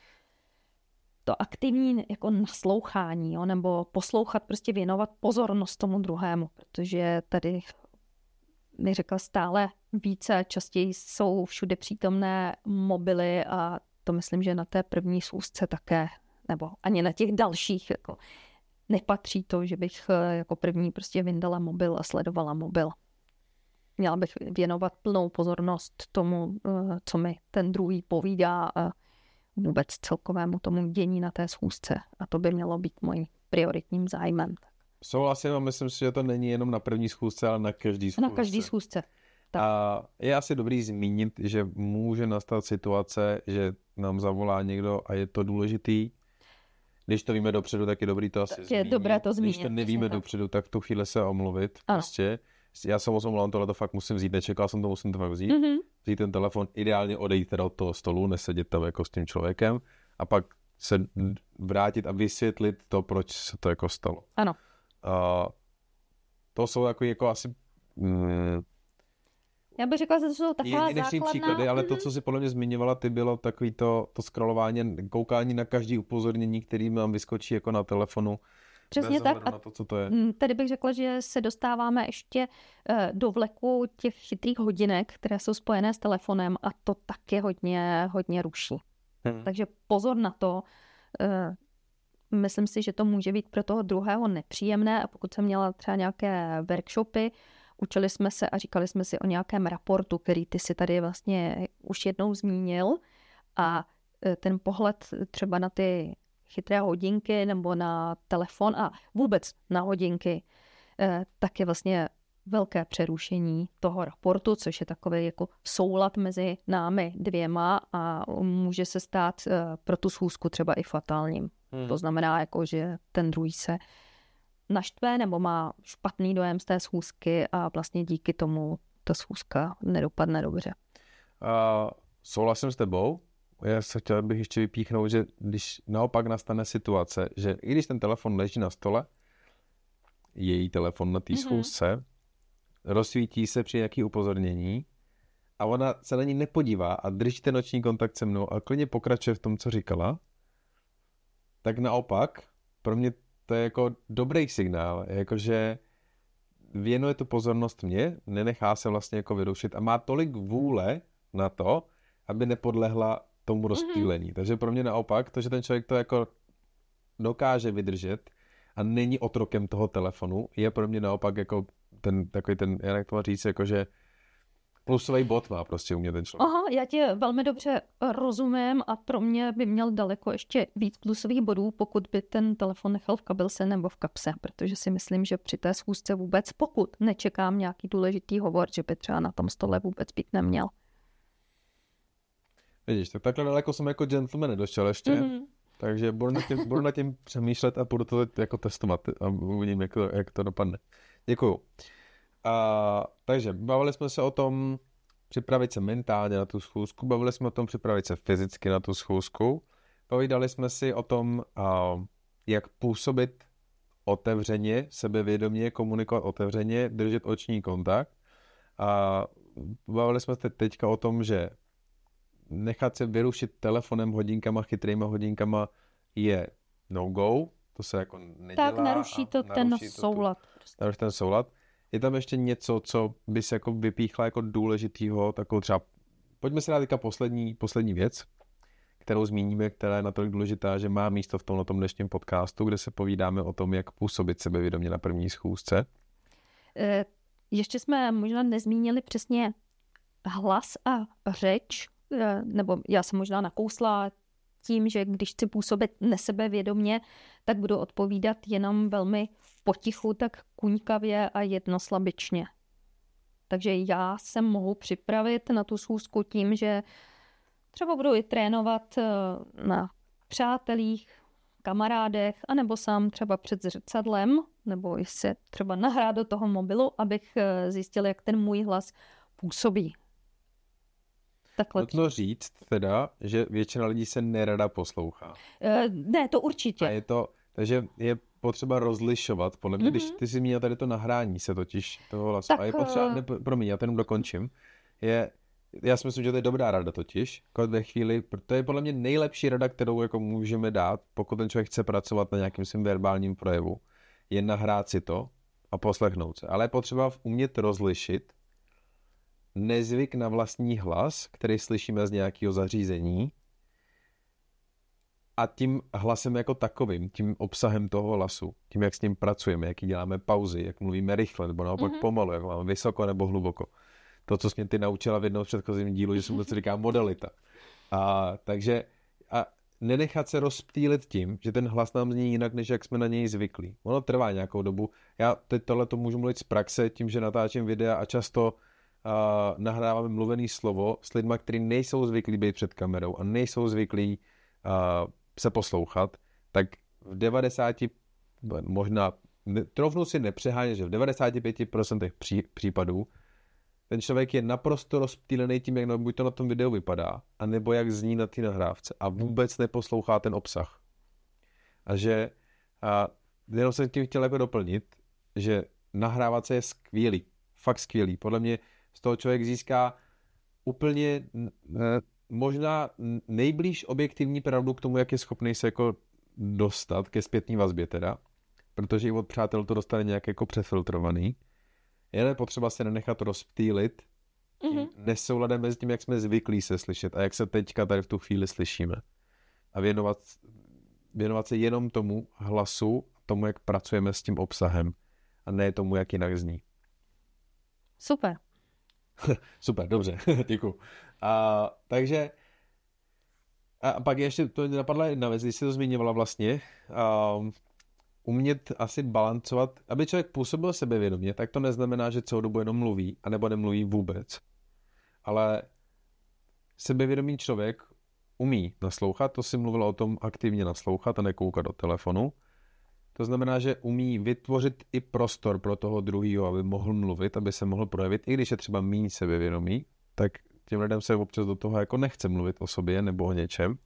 Speaker 2: to aktivní jako naslouchání, jo, nebo poslouchat, prostě věnovat pozornost tomu druhému, protože tady mi řekla stále více a častěji jsou všude přítomné mobily a to myslím, že na té první schůzce také, nebo ani na těch dalších, jako nepatří to, že bych jako první prostě vyndala mobil a sledovala mobil. Měla bych věnovat plnou pozornost tomu, co mi ten druhý povídá a vůbec celkovému tomu dění na té schůzce. A to by mělo být mojím prioritním zájmem.
Speaker 1: Souhlasím a myslím si, že to není jenom na první schůzce, ale na každý schůzce.
Speaker 2: Na každý schůzce. Tak.
Speaker 1: A je asi dobrý zmínit, že může nastat situace, že nám zavolá někdo a je to důležitý. Když to víme dopředu, tak je dobrý to asi
Speaker 2: tak
Speaker 1: zmínit.
Speaker 2: Je dobré to zmínit.
Speaker 1: Když to nevíme dopředu, tak v tu chvíli se omluvit.
Speaker 2: Ano.
Speaker 1: Prostě. Já jsem moc omlouvám, tohle to fakt musím vzít, nečekal jsem to, musím to fakt vzít. Mm-hmm. Vzít ten telefon, ideálně odejít teda od toho stolu, nesedět tam jako s tím člověkem a pak se vrátit a vysvětlit to, proč se to jako stalo.
Speaker 2: Ano.
Speaker 1: Uh, to jsou jako, jako asi... Mm,
Speaker 2: Já bych řekla, že to jsou taková základná...
Speaker 1: příklady, ale to, co si podle mě zmiňovala, ty bylo takový to, to scrollování, koukání na každý upozornění, který nám vyskočí jako na telefonu,
Speaker 2: Přesně tak. A
Speaker 1: na to, co to je.
Speaker 2: Tady bych řekla, že se dostáváme ještě do vleku těch chytrých hodinek, které jsou spojené s telefonem a to taky hodně, hodně ruší. Hmm. Takže pozor na to. Myslím si, že to může být pro toho druhého nepříjemné a pokud jsem měla třeba nějaké workshopy, učili jsme se a říkali jsme si o nějakém raportu, který ty si tady vlastně už jednou zmínil a ten pohled třeba na ty chytré hodinky nebo na telefon a vůbec na hodinky, tak je vlastně velké přerušení toho raportu, což je takový jako soulad mezi námi dvěma a může se stát pro tu schůzku třeba i fatálním. Hmm. To znamená, jako, že ten druhý se naštve nebo má špatný dojem z té schůzky a vlastně díky tomu ta schůzka nedopadne dobře.
Speaker 1: Uh, souhlasím s tebou. Já se chtěl bych ještě vypíchnout, že když naopak nastane situace, že i když ten telefon leží na stole, její telefon na té mm-hmm. schůzce, rozsvítí se při nějaké upozornění a ona se na ní nepodívá a drží ten noční kontakt se mnou a klidně pokračuje v tom, co říkala, tak naopak pro mě to je jako dobrý signál, jakože věnuje tu pozornost mě, nenechá se vlastně jako vyrušit a má tolik vůle na to, aby nepodlehla tomu rozptýlení. Mm-hmm. Takže pro mě naopak, to, že ten člověk to jako dokáže vydržet a není otrokem toho telefonu, je pro mě naopak jako ten takový ten, jak to má říct, jakože plusový bod má prostě u mě ten člověk.
Speaker 2: Aha, já tě velmi dobře rozumím a pro mě by měl daleko ještě víc plusových bodů, pokud by ten telefon nechal v kabelce nebo v kapse, protože si myslím, že při té schůzce vůbec, pokud nečekám nějaký důležitý hovor, že by třeba na tom stole vůbec být neměl.
Speaker 1: Vidíš, tak takhle daleko jsem jako gentleman nedošel ještě, mm-hmm. takže budu nad, tím, budu nad tím přemýšlet a budu to jako testovat a uvidím, jak to, jak to dopadne. Děkuju. A, takže bavili jsme se o tom připravit se mentálně na tu schůzku, bavili jsme o tom připravit se fyzicky na tu schůzku, povídali jsme si o tom, a, jak působit otevřeně, sebevědomě, komunikovat otevřeně, držet oční kontakt a bavili jsme se teďka o tom, že nechat se vyrušit telefonem, hodinkama, chytrýma hodinkama je no-go, to se jako nedělá.
Speaker 2: Tak naruší to ten naruší to soulad.
Speaker 1: Tu, naruší ten soulad. Je tam ještě něco, co by se jako vypíchla jako důležitýho, takovou třeba, pojďme si dát teďka poslední, poslední věc, kterou zmíníme, která je natolik důležitá, že má místo v tomhle tom dnešním podcastu, kde se povídáme o tom, jak působit sebevědomě na první schůzce.
Speaker 2: E, ještě jsme možná nezmínili přesně hlas a řeč, nebo já jsem možná nakousla tím, že když chci působit nesebevědomě, tak budu odpovídat jenom velmi potichu, tak kuňkavě a jednoslabičně. Takže já se mohu připravit na tu schůzku tím, že třeba budu i trénovat na přátelích, kamarádech, anebo sám třeba před zrcadlem, nebo se třeba nahrát do toho mobilu, abych zjistil, jak ten můj hlas působí.
Speaker 1: Nutno říct teda, že většina lidí se nerada poslouchá.
Speaker 2: Uh, ne, to určitě.
Speaker 1: A je to, takže je potřeba rozlišovat, podle mě, mm-hmm. když ty si měla tady to nahrání se totiž toho hlasu. Tak, a je potřeba, ne, promiň, já to jenom dokončím, je, já si myslím, že to je dobrá rada totiž, jako ve chvíli, to je podle mě nejlepší rada, kterou jako můžeme dát, pokud ten člověk chce pracovat na nějakém svým verbálním projevu, je nahrát si to a poslechnout se. Ale je potřeba umět rozlišit nezvyk na vlastní hlas, který slyšíme z nějakého zařízení a tím hlasem jako takovým, tím obsahem toho hlasu, tím, jak s ním pracujeme, jaký děláme pauzy, jak mluvíme rychle, nebo naopak mm-hmm. pomalu, jak máme vysoko nebo hluboko. To, co jsi mě ty naučila v jednom předchozím dílu, že se mu to říká modalita. A takže a nenechat se rozptýlit tím, že ten hlas nám zní jinak, než jak jsme na něj zvyklí. Ono trvá nějakou dobu. Já teď tohle to můžu mluvit z praxe, tím, že natáčím videa a často Uh, nahráváme mluvený slovo s lidma, kteří nejsou zvyklí být před kamerou a nejsou zvyklí uh, se poslouchat, tak v devadesáti, možná, trofnu si nepřehánět, že v devadesáti pěti procentech pří, případů ten člověk je naprosto rozptýlený tím, jak buď to na tom videu vypadá, anebo jak zní na té nahrávce a vůbec neposlouchá ten obsah. A že, uh, jenom jsem tím chtěl jako doplnit, že nahrávat se je skvělý, fakt skvělý. Podle mě z toho člověk získá úplně možná nejblíž objektivní pravdu k tomu, jak je schopný se jako dostat ke zpětné vazbě teda. protože i od přátel to dostane nějak jako přefiltrovaný. Je potřeba se nenechat rozptýlit mm-hmm. nesouladem mezi tím, jak jsme zvyklí se slyšet a jak se teďka tady v tu chvíli slyšíme. A věnovat, věnovat se jenom tomu hlasu, tomu, jak pracujeme s tím obsahem a ne tomu, jak jinak zní.
Speaker 2: Super.
Speaker 1: Super, dobře, děkuju. A, takže a pak ještě to napadla jedna věc, když jsi to zmiňovala vlastně, a, umět asi balancovat, aby člověk působil sebevědomě, tak to neznamená, že celou dobu jenom mluví, anebo nemluví vůbec. Ale sebevědomý člověk umí naslouchat, to si mluvila o tom aktivně naslouchat a nekoukat do telefonu. To znamená, že umí vytvořit i prostor pro toho druhého, aby mohl mluvit, aby se mohl projevit, i když je třeba méně sebevědomý, tak těm lidem se občas do toho jako nechce mluvit o sobě nebo o něčem.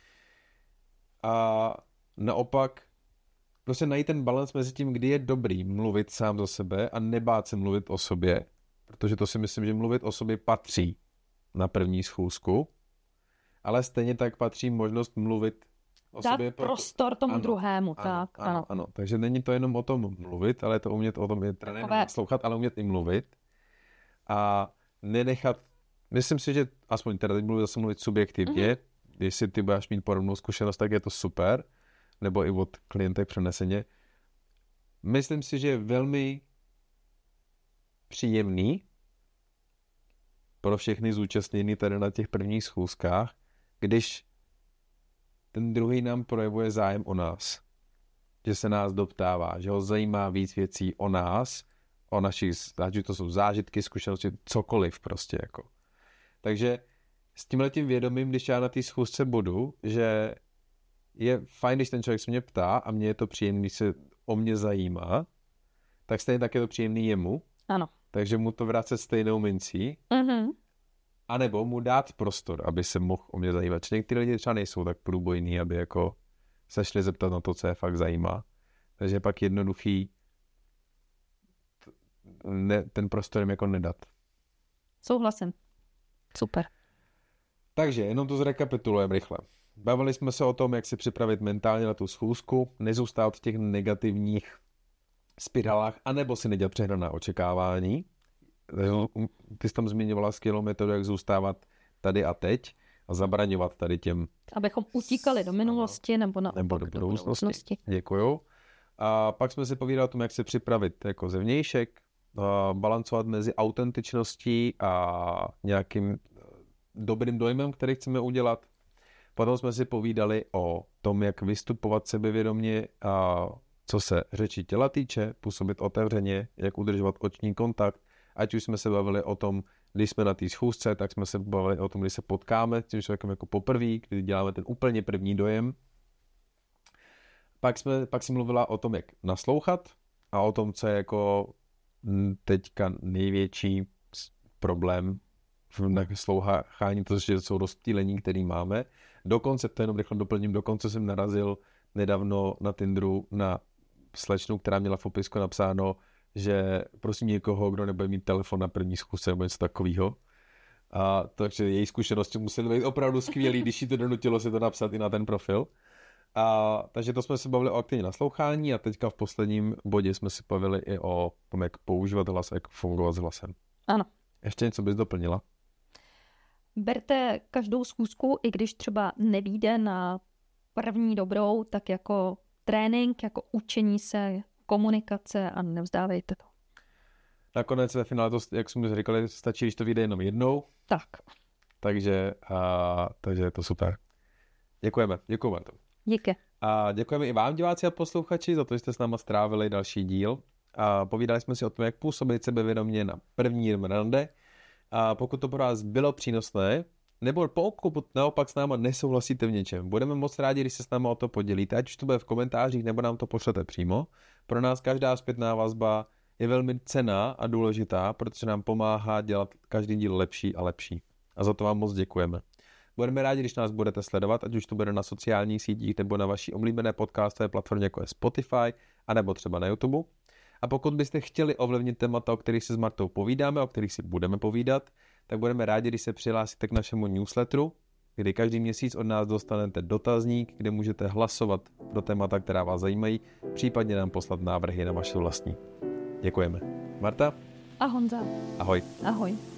Speaker 1: A naopak prostě najít ten balans mezi tím, kdy je dobrý mluvit sám za sebe a nebát se mluvit o sobě, protože to si myslím, že mluvit o sobě patří na první schůzku, ale stejně tak patří možnost mluvit o
Speaker 2: dát
Speaker 1: sobě.
Speaker 2: prostor tomu
Speaker 1: ano,
Speaker 2: druhému,
Speaker 1: ano,
Speaker 2: tak,
Speaker 1: ano,
Speaker 2: ano.
Speaker 1: ano. Takže není to jenom o tom mluvit, ale je to umět o tom je trenér naslouchat, ale umět i mluvit a nenechat, myslím si, že aspoň teda teď mluvit zase mluvit subjektivně, mm-hmm. když si ty budeš mít podobnou zkušenost, tak je to super, nebo i od klientek přeneseně. Myslím si, že je velmi příjemný pro všechny zúčastnění tady na těch prvních schůzkách, když ten druhý nám projevuje zájem o nás. Že se nás doptává, že ho zajímá víc věcí o nás, o našich, že to jsou zážitky, zkušenosti, cokoliv prostě jako. Takže s tímhletím vědomím, když já na té schůzce budu, že je fajn, když ten člověk se mě ptá a mně je to příjemný, když se o mě zajímá, tak stejně tak je to příjemný jemu.
Speaker 2: Ano.
Speaker 1: Takže mu to vracet stejnou mincí.
Speaker 2: Mhm.
Speaker 1: A nebo mu dát prostor, aby se mohl o mě zajímat. Či některý lidi třeba nejsou tak průbojní, aby jako se šli zeptat na to, co je fakt zajímá. Takže je pak jednoduchý ne, ten prostor jim jako nedat.
Speaker 2: Souhlasím. Super.
Speaker 1: Takže jenom to zrekapitulujeme rychle. Bavili jsme se o tom, jak si připravit mentálně na tu schůzku, nezůstat v těch negativních spirálách, anebo si nedělat přehnaná očekávání. Ty jsi tam zmiňovala skvělou metodu, jak zůstávat tady a teď a zabraňovat tady těm...
Speaker 2: Abychom utíkali do minulosti nebo, na
Speaker 1: nebo do budoucnosti. budoucnosti. Děkuju. A pak jsme si povídali o tom, jak se připravit jako zevnějšek, balancovat mezi autentičností a nějakým dobrým dojmem, který chceme udělat. Potom jsme si povídali o tom, jak vystupovat sebevědomě a co se řeči těla týče, působit otevřeně, jak udržovat oční kontakt. Ať už jsme se bavili o tom, když jsme na té schůzce, tak jsme se bavili o tom, když se potkáme s tím člověkem jako poprvé, kdy děláme ten úplně první dojem. Pak, jsme, pak si mluvila o tom, jak naslouchat a o tom, co je jako teďka největší problém v naslouchání, to jsou rozptýlení, který máme. Dokonce, to jenom rychle doplním, dokonce jsem narazil nedávno na Tinderu na slečnu, která měla v opisku napsáno, že prosím někoho, kdo nebude mít telefon na první schůzce nebo něco takového. A takže její zkušenosti musely být opravdu skvělý, když jí to donutilo si to napsat i na ten profil. A, takže to jsme se bavili o aktivní naslouchání a teďka v posledním bodě jsme si bavili i o tom, jak používat hlas a jak fungovat s hlasem.
Speaker 2: Ano.
Speaker 1: Ještě něco bys doplnila?
Speaker 2: Berte každou schůzku, i když třeba nevíde na první dobrou, tak jako trénink, jako učení se, komunikace a nevzdávejte to.
Speaker 1: Nakonec ve finále to, jak jsme říkali, stačí, když to vyjde jenom jednou.
Speaker 2: Tak.
Speaker 1: Takže, a, takže je to super. Děkujeme. Děkuji, Marto.
Speaker 2: Díky.
Speaker 1: A děkujeme i vám, diváci a posluchači, za to, že jste s náma strávili další díl. A povídali jsme si o tom, jak působit sebevědomě na první rande. A pokud to pro vás bylo přínosné, nebo pokud naopak s náma nesouhlasíte v něčem, budeme moc rádi, když se s náma o to podělíte, ať už to bude v komentářích, nebo nám to pošlete přímo. Pro nás každá zpětná vazba je velmi cenná a důležitá, protože nám pomáhá dělat každý díl lepší a lepší. A za to vám moc děkujeme. Budeme rádi, když nás budete sledovat, ať už to bude na sociálních sítích nebo na vaší oblíbené podcastové platformě, jako je Spotify, anebo třeba na YouTube. A pokud byste chtěli ovlivnit témata, o kterých si s Martou povídáme, o kterých si budeme povídat, tak budeme rádi, když se přihlásíte k našemu newsletteru kdy každý měsíc od nás dostanete dotazník, kde můžete hlasovat pro témata, která vás zajímají, případně nám poslat návrhy na vaše vlastní. Děkujeme. Marta?
Speaker 2: A Honza.
Speaker 1: Ahoj.
Speaker 2: Ahoj.